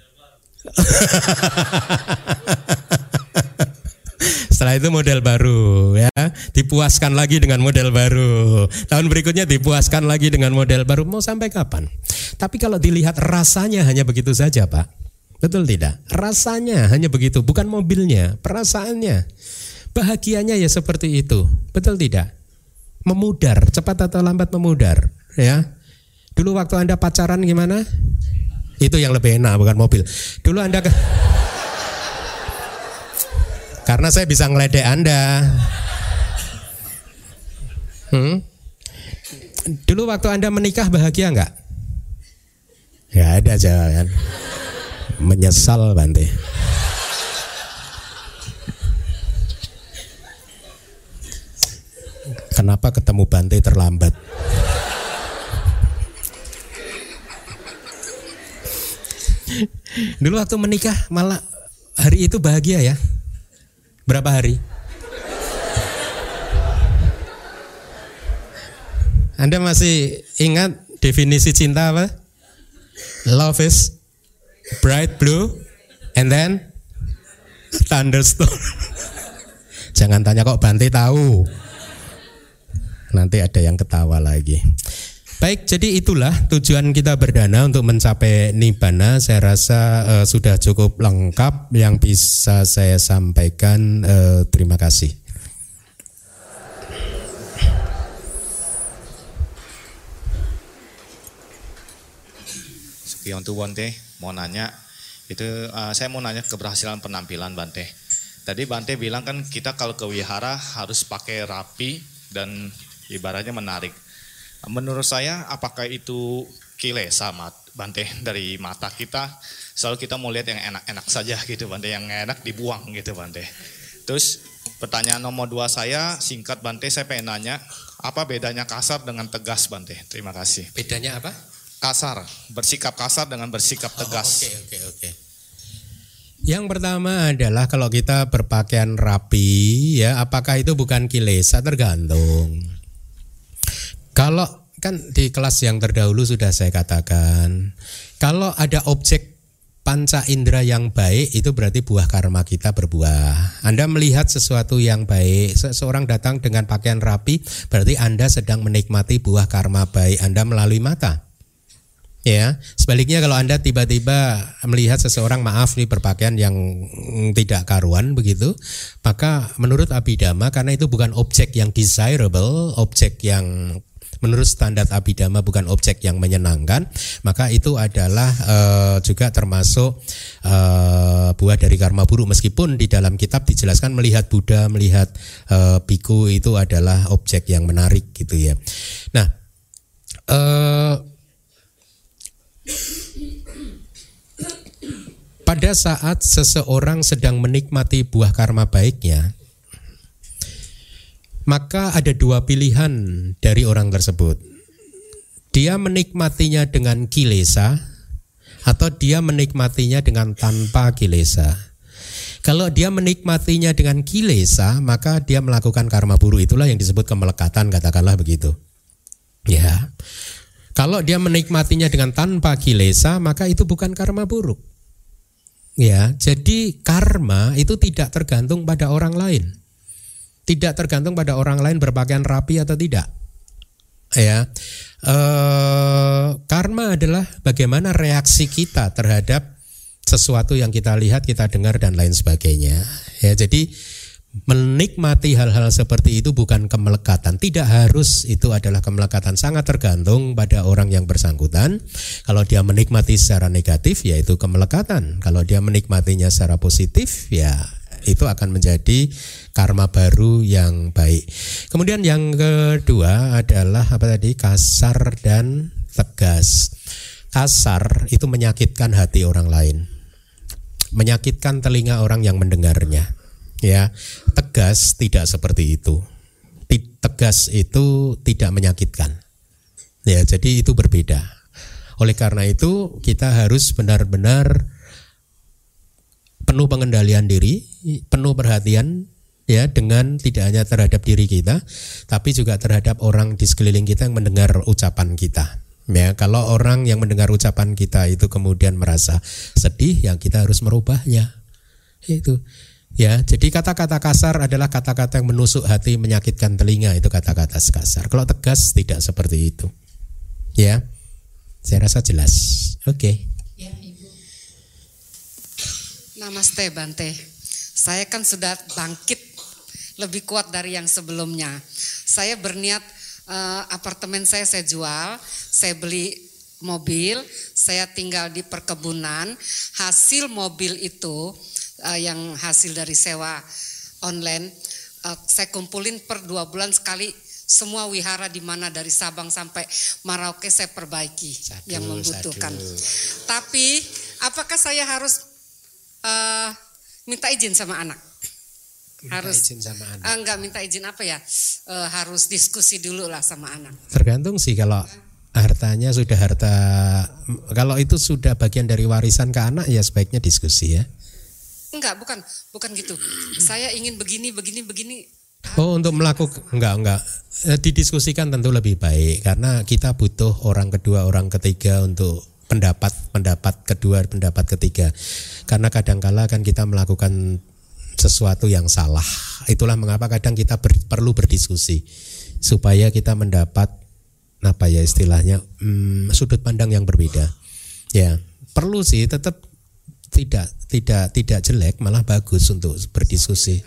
setelah itu model baru, ya, dipuaskan lagi dengan model baru. Tahun berikutnya dipuaskan lagi dengan model baru. Mau sampai kapan? Tapi kalau dilihat rasanya hanya begitu saja, Pak. Betul tidak? Rasanya hanya begitu, bukan mobilnya, perasaannya. Bahagianya ya seperti itu. Betul tidak? Memudar, cepat atau lambat memudar, ya. Dulu waktu Anda pacaran gimana? Itu yang lebih enak, bukan mobil. Dulu Anda ke... Karena saya bisa ngeledek Anda. Hmm? Dulu waktu Anda menikah bahagia enggak? Enggak ada jawaban. Menyesal Bante. Kenapa ketemu Bante terlambat? Dulu waktu menikah malah hari itu bahagia ya. Berapa hari? Anda masih ingat definisi cinta apa? Love is bright blue and then thunderstorm. Jangan tanya kok Bante tahu. Nanti ada yang ketawa lagi. Baik, jadi itulah tujuan kita berdana untuk mencapai nibbana. Saya rasa uh, sudah cukup lengkap yang bisa saya sampaikan. Uh, terima kasih.
Kriyanto Bante mau nanya, itu uh, saya mau nanya keberhasilan penampilan Bante. Tadi Bante bilang kan kita kalau ke wihara harus pakai rapi dan ibaratnya menarik. Menurut saya apakah itu kilesa Bante dari mata kita? Selalu kita mau lihat yang enak-enak saja gitu Bante, yang enak dibuang gitu Bante. Terus pertanyaan nomor dua saya singkat Bante, saya pengen nanya apa bedanya kasar dengan tegas Bante? Terima kasih.
Bedanya apa?
Kasar, bersikap kasar dengan bersikap tegas.
Oke, oke, oke. Yang pertama adalah kalau kita berpakaian rapi, ya apakah itu bukan kilesa? Tergantung. Kalau kan di kelas yang terdahulu sudah saya katakan, kalau ada objek panca indera yang baik itu berarti buah karma kita berbuah. Anda melihat sesuatu yang baik, seseorang datang dengan pakaian rapi, berarti Anda sedang menikmati buah karma baik Anda melalui mata. Ya, sebaliknya kalau Anda tiba-tiba melihat seseorang maaf nih berpakaian yang tidak karuan begitu, maka menurut Abhidhamma karena itu bukan objek yang desirable, objek yang menurut standar Abhidhamma bukan objek yang menyenangkan, maka itu adalah uh, juga termasuk uh, buah dari karma buruk. Meskipun di dalam kitab dijelaskan melihat Buddha, melihat uh, biku itu adalah objek yang menarik gitu ya. Nah, uh, pada saat seseorang sedang menikmati buah karma baiknya, maka ada dua pilihan dari orang tersebut. Dia menikmatinya dengan kilesa atau dia menikmatinya dengan tanpa kilesa. Kalau dia menikmatinya dengan kilesa, maka dia melakukan karma buruk. Itulah yang disebut kemelekatan, katakanlah begitu. Ya. Kalau dia menikmatinya dengan tanpa kilesa, maka itu bukan karma buruk. Ya, jadi karma itu tidak tergantung pada orang lain. Tidak tergantung pada orang lain berpakaian rapi atau tidak. Ya, e, karma adalah bagaimana reaksi kita terhadap sesuatu yang kita lihat, kita dengar dan lain sebagainya. Ya, jadi menikmati hal-hal seperti itu bukan kemelekatan. Tidak harus itu adalah kemelekatan. Sangat tergantung pada orang yang bersangkutan. Kalau dia menikmati secara negatif, ya itu kemelekatan. Kalau dia menikmatinya secara positif, ya itu akan menjadi karma baru yang baik. Kemudian yang kedua adalah apa tadi? Kasar dan tegas. Kasar itu menyakitkan hati orang lain, menyakitkan telinga orang yang mendengarnya. Ya, tegas tidak seperti itu. Tegas itu tidak menyakitkan. Ya, jadi itu berbeda. Oleh karena itu kita harus benar-benar penuh pengendalian diri, penuh perhatian ya dengan tidak hanya terhadap diri kita, tapi juga terhadap orang di sekeliling kita yang mendengar ucapan kita. Ya, kalau orang yang mendengar ucapan kita itu kemudian merasa sedih, yang kita harus merubahnya. Itu. Ya, jadi kata-kata kasar adalah kata-kata yang menusuk hati, menyakitkan telinga, itu kata-kata kasar. Kalau tegas tidak seperti itu. Ya. Saya rasa jelas. Oke. Okay.
Ya, Ibu. Namaste Bante. Saya kan sudah bangkit lebih kuat dari yang sebelumnya. Saya berniat uh, apartemen saya saya jual, saya beli mobil, saya tinggal di perkebunan. Hasil mobil itu Uh, yang hasil dari sewa online, uh, saya kumpulin per dua bulan sekali semua wihara di mana dari Sabang sampai Merauke saya perbaiki sadu, yang membutuhkan. Sadu. Tapi apakah saya harus uh, minta izin sama anak?
Minta
harus
izin sama anak.
Uh, enggak minta izin apa ya? Uh, harus diskusi dulu lah sama anak.
Tergantung sih kalau hartanya sudah harta, kalau itu sudah bagian dari warisan ke anak ya sebaiknya diskusi ya.
Enggak, bukan, bukan gitu. Saya ingin begini, begini, begini.
Oh, untuk melakukan enggak, enggak. Didiskusikan tentu lebih baik karena kita butuh orang kedua, orang ketiga untuk pendapat, pendapat kedua, pendapat ketiga. Karena kadangkala kan kita melakukan sesuatu yang salah. Itulah mengapa kadang kita ber, perlu berdiskusi supaya kita mendapat apa ya istilahnya hmm, sudut pandang yang berbeda. Ya, perlu sih tetap tidak tidak tidak jelek, malah bagus untuk berdiskusi.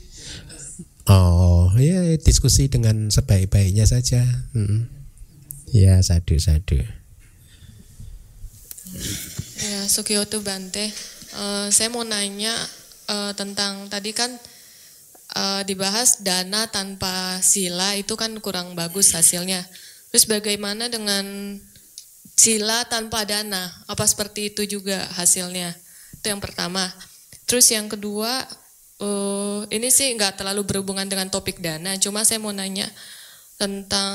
Oh ya, diskusi dengan sebaik-baiknya saja. Hmm. Ya, sadu sadu.
Sukiyoto Bante. Uh, saya mau nanya uh, tentang tadi kan uh, dibahas dana tanpa sila itu kan kurang bagus hasilnya. Terus bagaimana dengan sila tanpa dana? Apa seperti itu juga hasilnya? Itu yang pertama. Terus yang kedua, uh, ini sih nggak terlalu berhubungan dengan topik dana. Cuma saya mau nanya tentang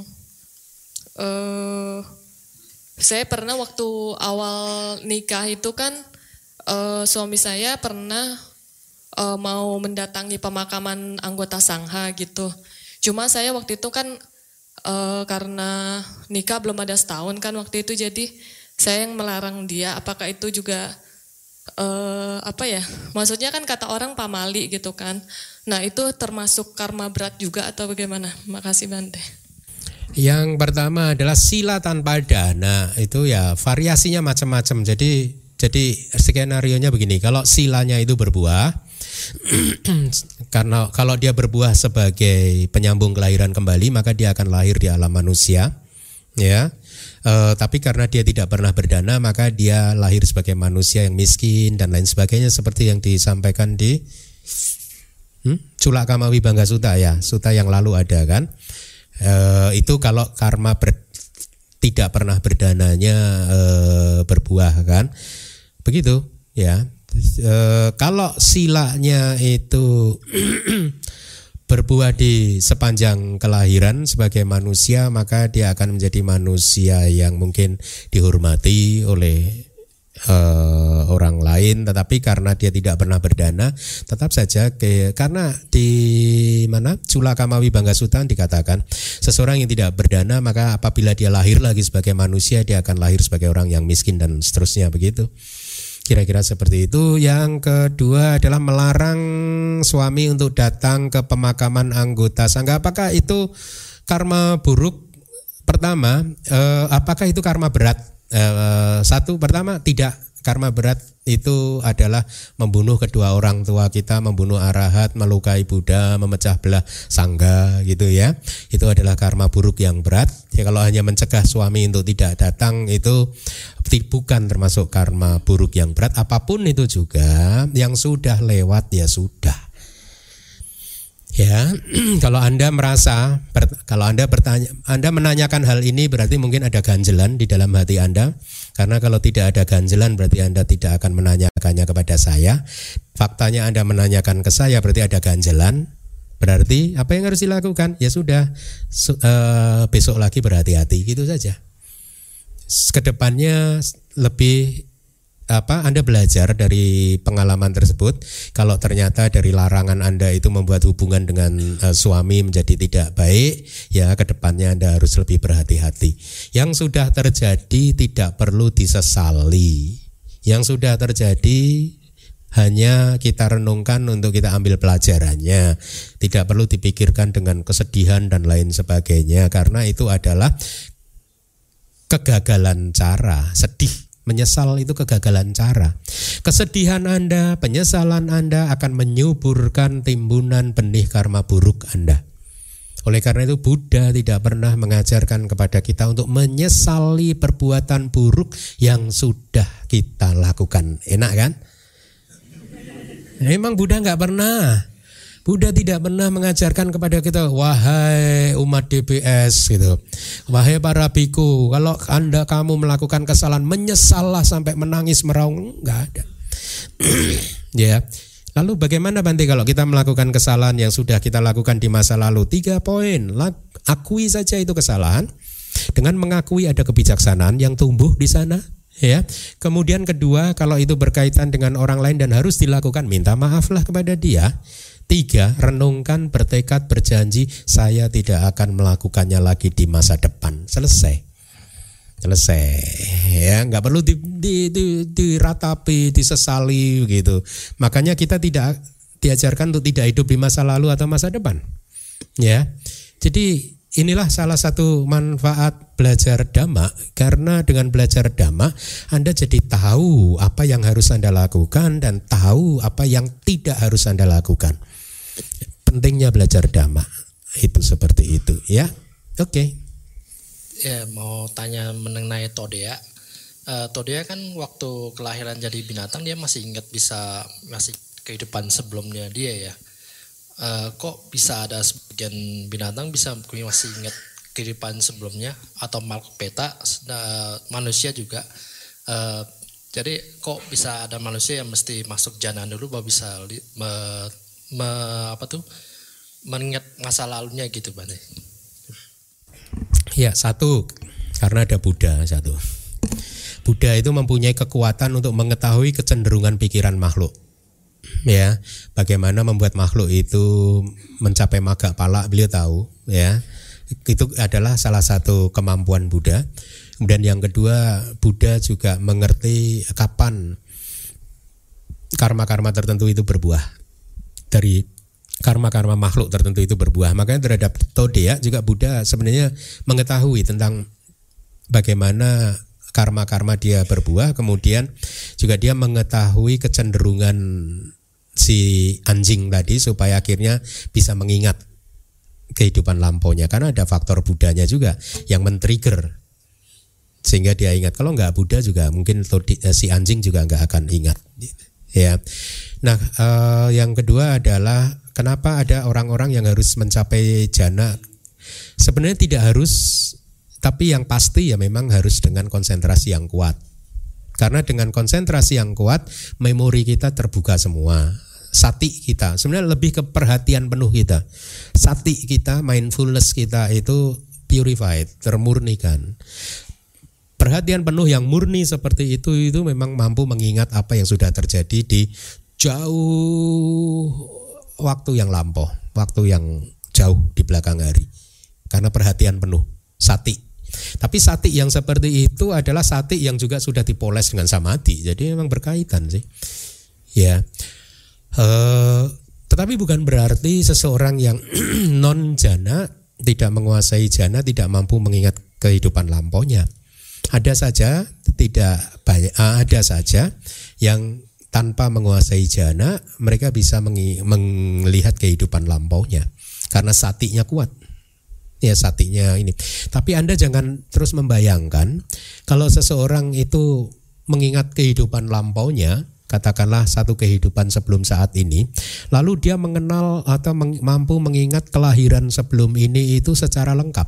uh, saya pernah waktu awal nikah itu kan uh, suami saya pernah uh, mau mendatangi pemakaman anggota sangha gitu. Cuma saya waktu itu kan uh, karena nikah belum ada setahun kan waktu itu, jadi saya yang melarang dia. Apakah itu juga uh, apa ya? Maksudnya kan kata orang pamali gitu kan. Nah itu termasuk karma berat juga atau bagaimana? Makasih Bante.
Yang pertama adalah sila tanpa dana, itu ya variasinya macam-macam. Jadi jadi skenarionya begini, kalau silanya itu berbuah, karena kalau dia berbuah sebagai penyambung kelahiran kembali, maka dia akan lahir di alam manusia, ya. E, tapi karena dia tidak pernah berdana, maka dia lahir sebagai manusia yang miskin dan lain sebagainya, seperti yang disampaikan di hmm? Culaka Wibangga Sutta ya, Sutta yang lalu ada kan. E, itu kalau karma ber, tidak pernah berdananya e, berbuah kan, begitu ya. E, kalau silanya itu berbuah di sepanjang kelahiran sebagai manusia, maka dia akan menjadi manusia yang mungkin dihormati oleh Uh, orang lain, tetapi karena dia tidak pernah berdana, tetap saja ke, karena di mana Culaka Wibangga Sutta dikatakan seseorang yang tidak berdana, maka apabila dia lahir lagi sebagai manusia, dia akan lahir sebagai orang yang miskin dan seterusnya begitu. Kira-kira seperti itu. Yang kedua adalah melarang suami untuk datang ke pemakaman anggota sangga. Apakah itu karma buruk? Pertama, eh, apakah itu karma berat? Uh, satu pertama tidak, karma berat itu adalah membunuh kedua orang tua kita, membunuh arahat, melukai Buddha, memecah belah sangga gitu ya. Itu adalah karma buruk yang berat. Ya, kalau hanya mencegah suami untuk tidak datang itu bukan termasuk karma buruk yang berat. Apapun itu juga yang sudah lewat ya sudah. Ya, kalau Anda merasa, kalau Anda bertanya, Anda menanyakan hal ini berarti mungkin ada ganjelan di dalam hati Anda. Karena kalau tidak ada ganjelan berarti Anda tidak akan menanyakannya kepada saya. Faktanya Anda menanyakan ke saya berarti ada ganjelan. Berarti apa yang harus dilakukan? Ya sudah, uh, besok lagi berhati-hati, gitu saja. Kedepannya lebih apa Anda belajar dari pengalaman tersebut. Kalau ternyata dari larangan Anda itu membuat hubungan dengan uh, suami menjadi tidak baik, ya kedepannya Anda harus lebih berhati-hati. Yang sudah terjadi tidak perlu disesali. Yang sudah terjadi hanya kita renungkan untuk kita ambil pelajarannya. Tidak perlu dipikirkan dengan kesedihan dan lain sebagainya, karena itu adalah kegagalan cara. Sedih, menyesal itu kegagalan cara. Kesedihan Anda, penyesalan Anda akan menyuburkan timbunan benih karma buruk Anda. Oleh karena itu Buddha tidak pernah mengajarkan kepada kita untuk menyesali perbuatan buruk yang sudah kita lakukan. Enak kan? Memang Buddha nggak pernah. Buddha tidak pernah mengajarkan kepada kita, wahai umat D B S gitu, wahai para biku, kalau Anda kamu melakukan kesalahan menyesallah sampai menangis meraung, nggak ada. Ya. Lalu bagaimana Bante kalau kita melakukan kesalahan yang sudah kita lakukan di masa lalu? Tiga poin, akui saja itu kesalahan. Dengan mengakui ada kebijaksanaan yang tumbuh di sana. Ya. Kemudian kedua, kalau itu berkaitan dengan orang lain dan harus dilakukan, minta maaflah kepada dia. Tiga, renungkan, bertekad, berjanji, saya tidak akan melakukannya lagi di masa depan. Selesai. Selesai. Ya, nggak perlu di, di, di, diratapi, disesali gitu. Makanya kita tidak diajarkan untuk tidak hidup di masa lalu atau masa depan. Ya. Jadi inilah salah satu manfaat belajar Dhamma, karena dengan belajar Dhamma Anda jadi tahu apa yang harus Anda lakukan dan tahu apa yang tidak harus Anda lakukan. Pentingnya belajar Dhamma itu seperti itu ya. Oke. Okay.
Ya, mau tanya mengenai Todea. uh, Todea kan waktu kelahiran jadi binatang dia masih ingat bisa masih kehidupan sebelumnya dia ya. Uh, kok bisa ada sebagian binatang bisa masih ingat kehidupan sebelumnya atau makhluk peta uh, manusia juga. Uh, jadi kok bisa ada manusia yang mesti masuk jana dulu baru bisa li, me, me, apa tuh mengingat masa lalunya gitu Bante.
Ya, satu karena ada Buddha satu. Buddha itu mempunyai kekuatan untuk mengetahui kecenderungan pikiran makhluk. Ya, bagaimana membuat makhluk itu mencapai magga pala beliau tahu ya. Itu adalah salah satu kemampuan Buddha. Kemudian yang kedua, Buddha juga mengerti kapan karma-karma tertentu itu berbuah. Dari karma-karma makhluk tertentu itu berbuah. Makanya terhadap Todea juga Buddha sebenarnya mengetahui tentang bagaimana karma-karma dia berbuah, kemudian juga dia mengetahui kecenderungan si anjing tadi supaya akhirnya bisa mengingat kehidupan lampaunya, karena ada faktor Buddhanya juga yang men-trigger sehingga dia ingat. Kalau nggak Buddha juga mungkin si anjing juga nggak akan ingat ya. Nah eh, yang kedua adalah kenapa ada orang-orang yang harus mencapai jana. Sebenarnya tidak harus, tapi yang pasti ya memang harus dengan konsentrasi yang kuat. Karena dengan konsentrasi yang kuat, memori kita terbuka semua. Sati kita, sebenarnya lebih ke perhatian penuh kita. Sati kita, mindfulness kita itu purified, termurnikan. Perhatian penuh yang murni seperti itu, itu memang mampu mengingat apa yang sudah terjadi di jauh waktu yang lampau, waktu yang jauh di belakang hari. Karena perhatian penuh, sati. Tapi sati yang seperti itu adalah sati yang juga sudah dipoles dengan samadhi. Jadi memang berkaitan sih. Ya. Uh, tetapi bukan berarti seseorang yang non jana, tidak menguasai jana, tidak mampu mengingat kehidupan lampaunya. Ada saja, tidak banyak, ada saja yang tanpa menguasai jana mereka bisa mengi, melihat kehidupan lampaunya karena satinya kuat. Ya satinya ini. Tapi Anda jangan terus membayangkan kalau seseorang itu mengingat kehidupan lampaunya, katakanlah satu kehidupan sebelum saat ini, lalu dia mengenal atau meng, mampu mengingat kelahiran sebelum ini itu secara lengkap.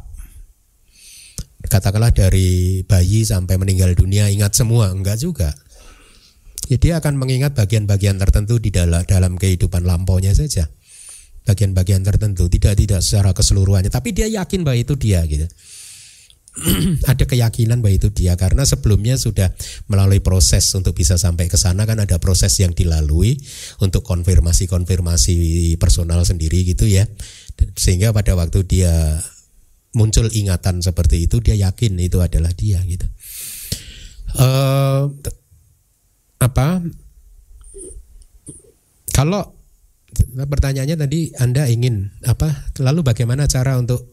Katakanlah dari bayi sampai meninggal dunia ingat semua, enggak juga. Ya, dia akan mengingat bagian-bagian tertentu di dalam, dalam kehidupan lampaunya saja. Bagian-bagian tertentu, tidak tidak secara keseluruhannya, tapi dia yakin bahwa itu dia gitu. Ada keyakinan bahwa itu dia karena sebelumnya sudah melalui proses untuk bisa sampai ke sana, kan ada proses yang dilalui untuk konfirmasi-konfirmasi personal sendiri gitu ya. Sehingga pada waktu dia muncul ingatan seperti itu, dia yakin itu adalah dia gitu. Uh, apa? Kalau pertanyaannya tadi Anda ingin apa? Lalu bagaimana cara untuk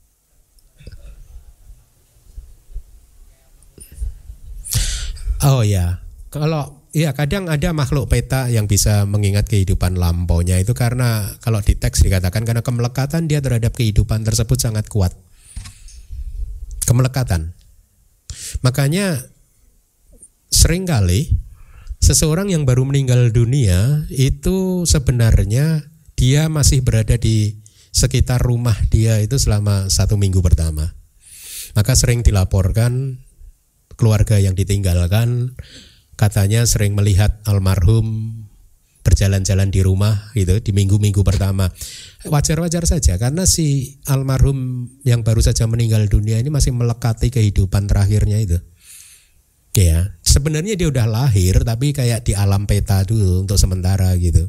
Oh ya, kalau ya kadang ada makhluk peta yang bisa mengingat kehidupan lampaunya itu karena kalau di teks dikatakan karena kemelekatan dia terhadap kehidupan tersebut sangat kuat. Kemelekatan. Makanya seringkali seseorang yang baru meninggal dunia itu sebenarnya dia masih berada di sekitar rumah dia itu selama satu minggu pertama. Maka sering dilaporkan keluarga yang ditinggalkan katanya sering melihat almarhum berjalan-jalan di rumah gitu di minggu-minggu pertama. Wajar-wajar saja karena si almarhum yang baru saja meninggal dunia ini masih melekati kehidupan terakhirnya itu. Ya, sebenarnya dia udah lahir tapi kayak di alam peta dulu untuk sementara gitu.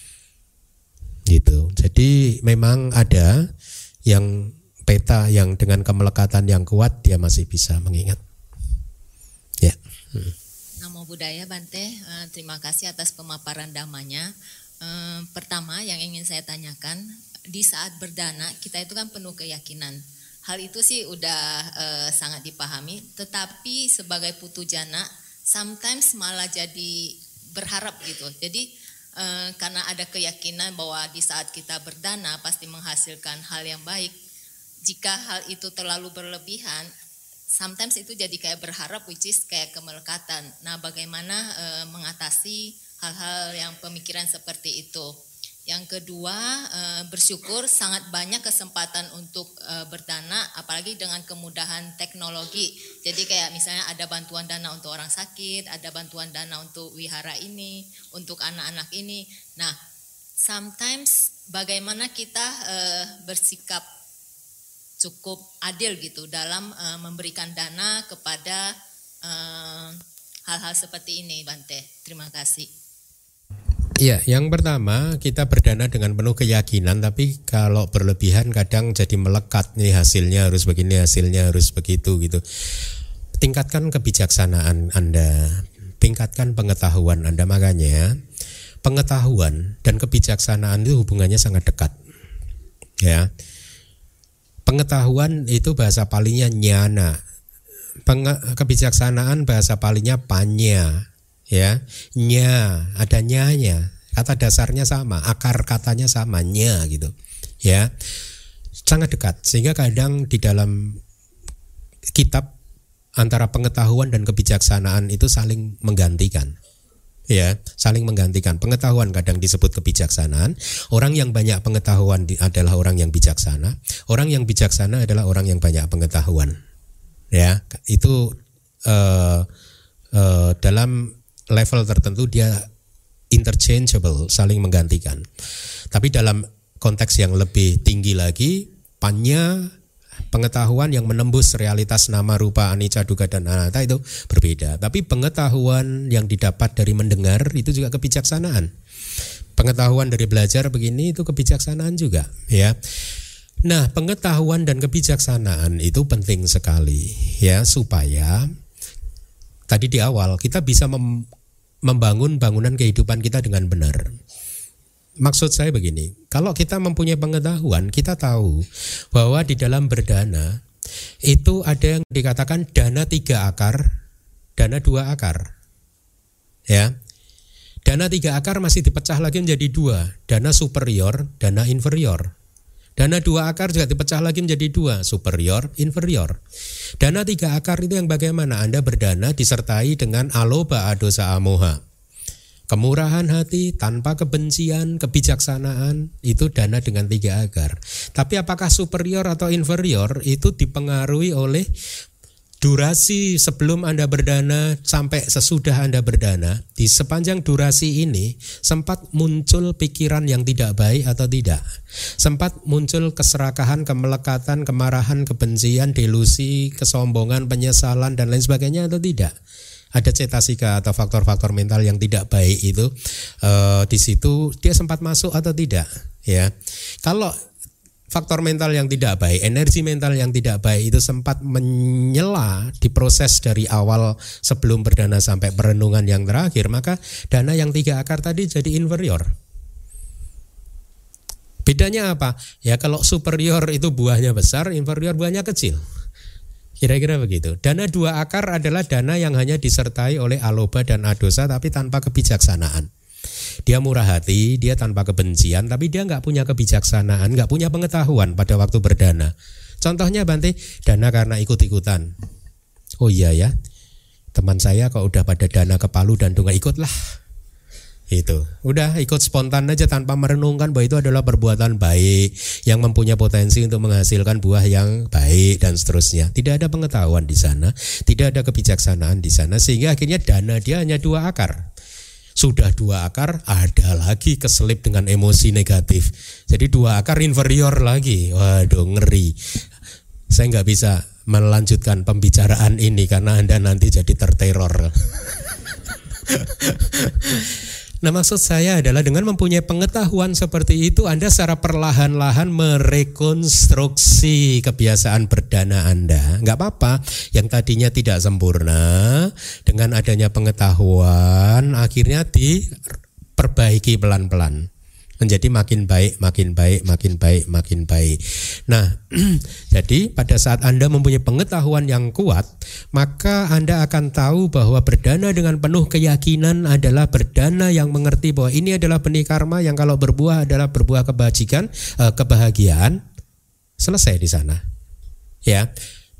Gitu. Jadi memang ada yang peta yang dengan kemelekatan yang kuat dia masih bisa mengingat. Ya. Hmm.
Namo Buddhaya Bante, uh, terima kasih atas pemaparan dhammanya. Uh, pertama yang ingin saya tanyakan, di saat berdana kita itu kan penuh keyakinan. Hal itu sih udah uh, sangat dipahami, tetapi sebagai putu jana sometimes malah jadi berharap gitu. Jadi uh, karena ada keyakinan bahwa di saat kita berdana pasti menghasilkan hal yang baik. Jika hal itu terlalu berlebihan, sometimes itu jadi kayak berharap, which is kayak kemelekatan. Nah, bagaimana uh, mengatasi hal-hal yang pemikiran seperti itu? Yang kedua, uh, bersyukur sangat banyak kesempatan untuk uh, berdana, apalagi dengan kemudahan teknologi. Jadi kayak misalnya ada bantuan dana untuk orang sakit, ada bantuan dana untuk wihara ini, untuk anak-anak ini. Nah, sometimes bagaimana kita uh, bersikap cukup adil gitu dalam uh, memberikan dana kepada uh, hal-hal seperti ini, Bante. Terima kasih.
Ya, yang pertama kita berdana dengan penuh keyakinan, tapi kalau berlebihan kadang jadi melekat nih, hasilnya harus begini, hasilnya harus begitu gitu. Tingkatkan kebijaksanaan Anda, tingkatkan pengetahuan Anda. Makanya pengetahuan dan kebijaksanaan itu hubungannya sangat dekat. Ya. Pengetahuan itu bahasa palingnya nyana. Penge- kebijaksanaan bahasa palingnya panya. Ya, nya, ada nyanya, kata dasarnya sama, akar katanya sama, nya gitu. Ya, sangat dekat, sehingga kadang di dalam kitab antara pengetahuan dan kebijaksanaan itu saling menggantikan. Ya, saling menggantikan. Pengetahuan kadang disebut kebijaksanaan. Orang yang banyak pengetahuan adalah orang yang bijaksana. Orang yang bijaksana adalah orang yang banyak pengetahuan. Ya, itu uh, uh, dalam level tertentu dia interchangeable, saling menggantikan. Tapi dalam konteks yang lebih tinggi lagi, panya, pengetahuan yang menembus realitas nama, rupa, anicca, dukkha, dan anatta itu berbeda. Tapi pengetahuan yang didapat dari mendengar itu juga kebijaksanaan. Pengetahuan dari belajar begini itu kebijaksanaan juga, ya. Nah, pengetahuan dan kebijaksanaan itu penting sekali, ya, supaya tadi di awal kita bisa mem- membangun bangunan kehidupan kita dengan benar. Maksud saya begini, kalau kita mempunyai pengetahuan, kita tahu bahwa di dalam berdana itu ada yang dikatakan dana tiga akar, dana dua akar. Ya. Dana tiga akar masih dipecah lagi menjadi dua, dana superior, dana inferior. Dana dua akar juga dipecah lagi menjadi dua, superior, inferior. Dana tiga akar itu yang bagaimana? Anda berdana disertai dengan aloba, adosa, amoha. Kemurahan hati tanpa kebencian, kebijaksanaan, itu dana dengan tiga akar. Tapi apakah superior atau inferior itu dipengaruhi oleh durasi sebelum Anda berdana sampai sesudah Anda berdana. Di sepanjang durasi ini sempat muncul pikiran yang tidak baik atau tidak? Sempat muncul keserakahan, kemelekatan, kemarahan, kebencian, delusi, kesombongan, penyesalan dan lain sebagainya atau tidak? Ada cetasika atau faktor-faktor mental yang tidak baik itu uh, di situ dia sempat masuk atau tidak? Ya, kalau faktor mental yang tidak baik, energi mental yang tidak baik itu sempat menyela di proses dari awal sebelum berdana sampai perenungan yang terakhir, maka dana yang tiga akar tadi jadi inferior. Bedanya apa? Ya, kalau superior itu buahnya besar, inferior buahnya kecil. Kira-kira begitu. Dana dua akar adalah dana yang hanya disertai oleh aloba dan adosa tapi tanpa kebijaksanaan. Dia murah hati, dia tanpa kebencian, tapi dia nggak punya kebijaksanaan, nggak punya pengetahuan pada waktu berdana. Contohnya Bante, dana karena ikut-ikutan. Oh iya ya, teman saya kalau udah pada dana ke Palu dan Dunga ikutlah. Itu, udah ikut spontan aja tanpa merenungkan bahwa itu adalah perbuatan baik yang mempunyai potensi untuk menghasilkan buah yang baik dan seterusnya. Tidak ada pengetahuan di sana, tidak ada kebijaksanaan di sana, sehingga akhirnya dana dia hanya dua akar. Sudah dua akar, ada lagi keselip dengan emosi negatif. Jadi dua akar inferior lagi. Waduh, ngeri. Saya nggak bisa melanjutkan pembicaraan ini karena Anda nanti jadi terteror. Nah, maksud saya adalah dengan mempunyai pengetahuan seperti itu, Anda secara perlahan-lahan merekonstruksi kebiasaan berdana Anda. Enggak apa-apa, yang tadinya tidak sempurna, dengan adanya pengetahuan akhirnya diperbaiki pelan-pelan. Menjadi makin baik, makin baik, makin baik, makin baik. Nah, jadi pada saat Anda mempunyai pengetahuan yang kuat, maka Anda akan tahu bahwa berdana dengan penuh keyakinan adalah berdana yang mengerti bahwa ini adalah benih karma yang kalau berbuah adalah berbuah kebajikan, eh, kebahagiaan. Selesai di sana. Ya.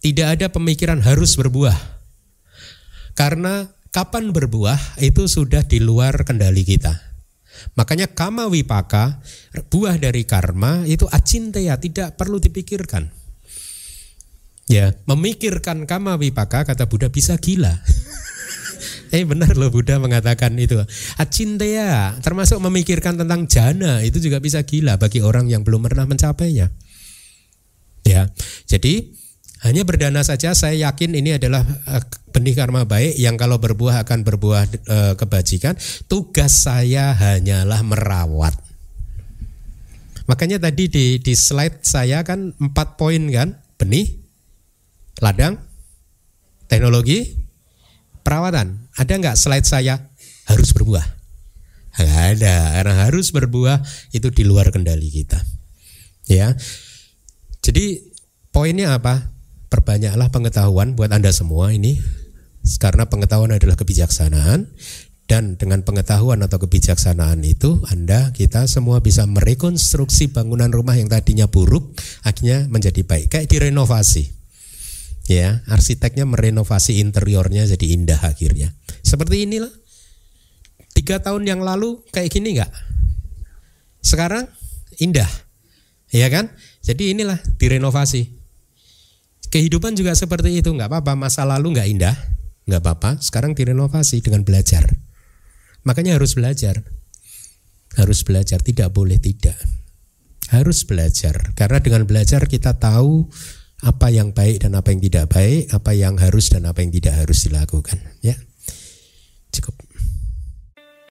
Tidak ada pemikiran harus berbuah. Karena kapan berbuah itu sudah di luar kendali kita. Makanya kama wipaka, buah dari karma itu acinteya, tidak perlu dipikirkan. Ya, memikirkan kama wipaka, kata Buddha, bisa gila. Eh benar loh, Buddha mengatakan itu. Acinteya, termasuk memikirkan tentang jana, itu juga bisa gila bagi orang yang belum pernah mencapainya. Ya, jadi hanya berdana saja saya yakin ini adalah uh, benih karma baik yang kalau berbuah akan berbuah uh, kebajikan. Tugas saya hanyalah merawat. Makanya tadi di, di slide saya kan empat poin kan, benih, ladang, teknologi, perawatan. Ada nggak slide saya harus berbuah? Nggak ada, karena harus berbuah itu di luar kendali kita. Ya, jadi poinnya apa? Perbanyaklah pengetahuan buat Anda semua ini, karena pengetahuan adalah kebijaksanaan, dan dengan pengetahuan atau kebijaksanaan itu Anda, kita semua bisa merekonstruksi bangunan rumah yang tadinya buruk, akhirnya menjadi baik, kayak direnovasi. Ya, arsiteknya merenovasi interiornya jadi indah akhirnya. Seperti inilah. Tiga tahun yang lalu kayak gini nggak? Sekarang indah, ya kan? Jadi inilah direnovasi. Kehidupan juga seperti itu, nggak apa-apa. Masa lalu nggak indah, nggak apa-apa. Sekarang direnovasi dengan belajar. Makanya harus belajar, harus belajar. Tidak boleh tidak, harus belajar. Karena dengan belajar kita tahu apa yang baik dan apa yang tidak baik, apa yang harus dan apa yang tidak harus dilakukan. Ya.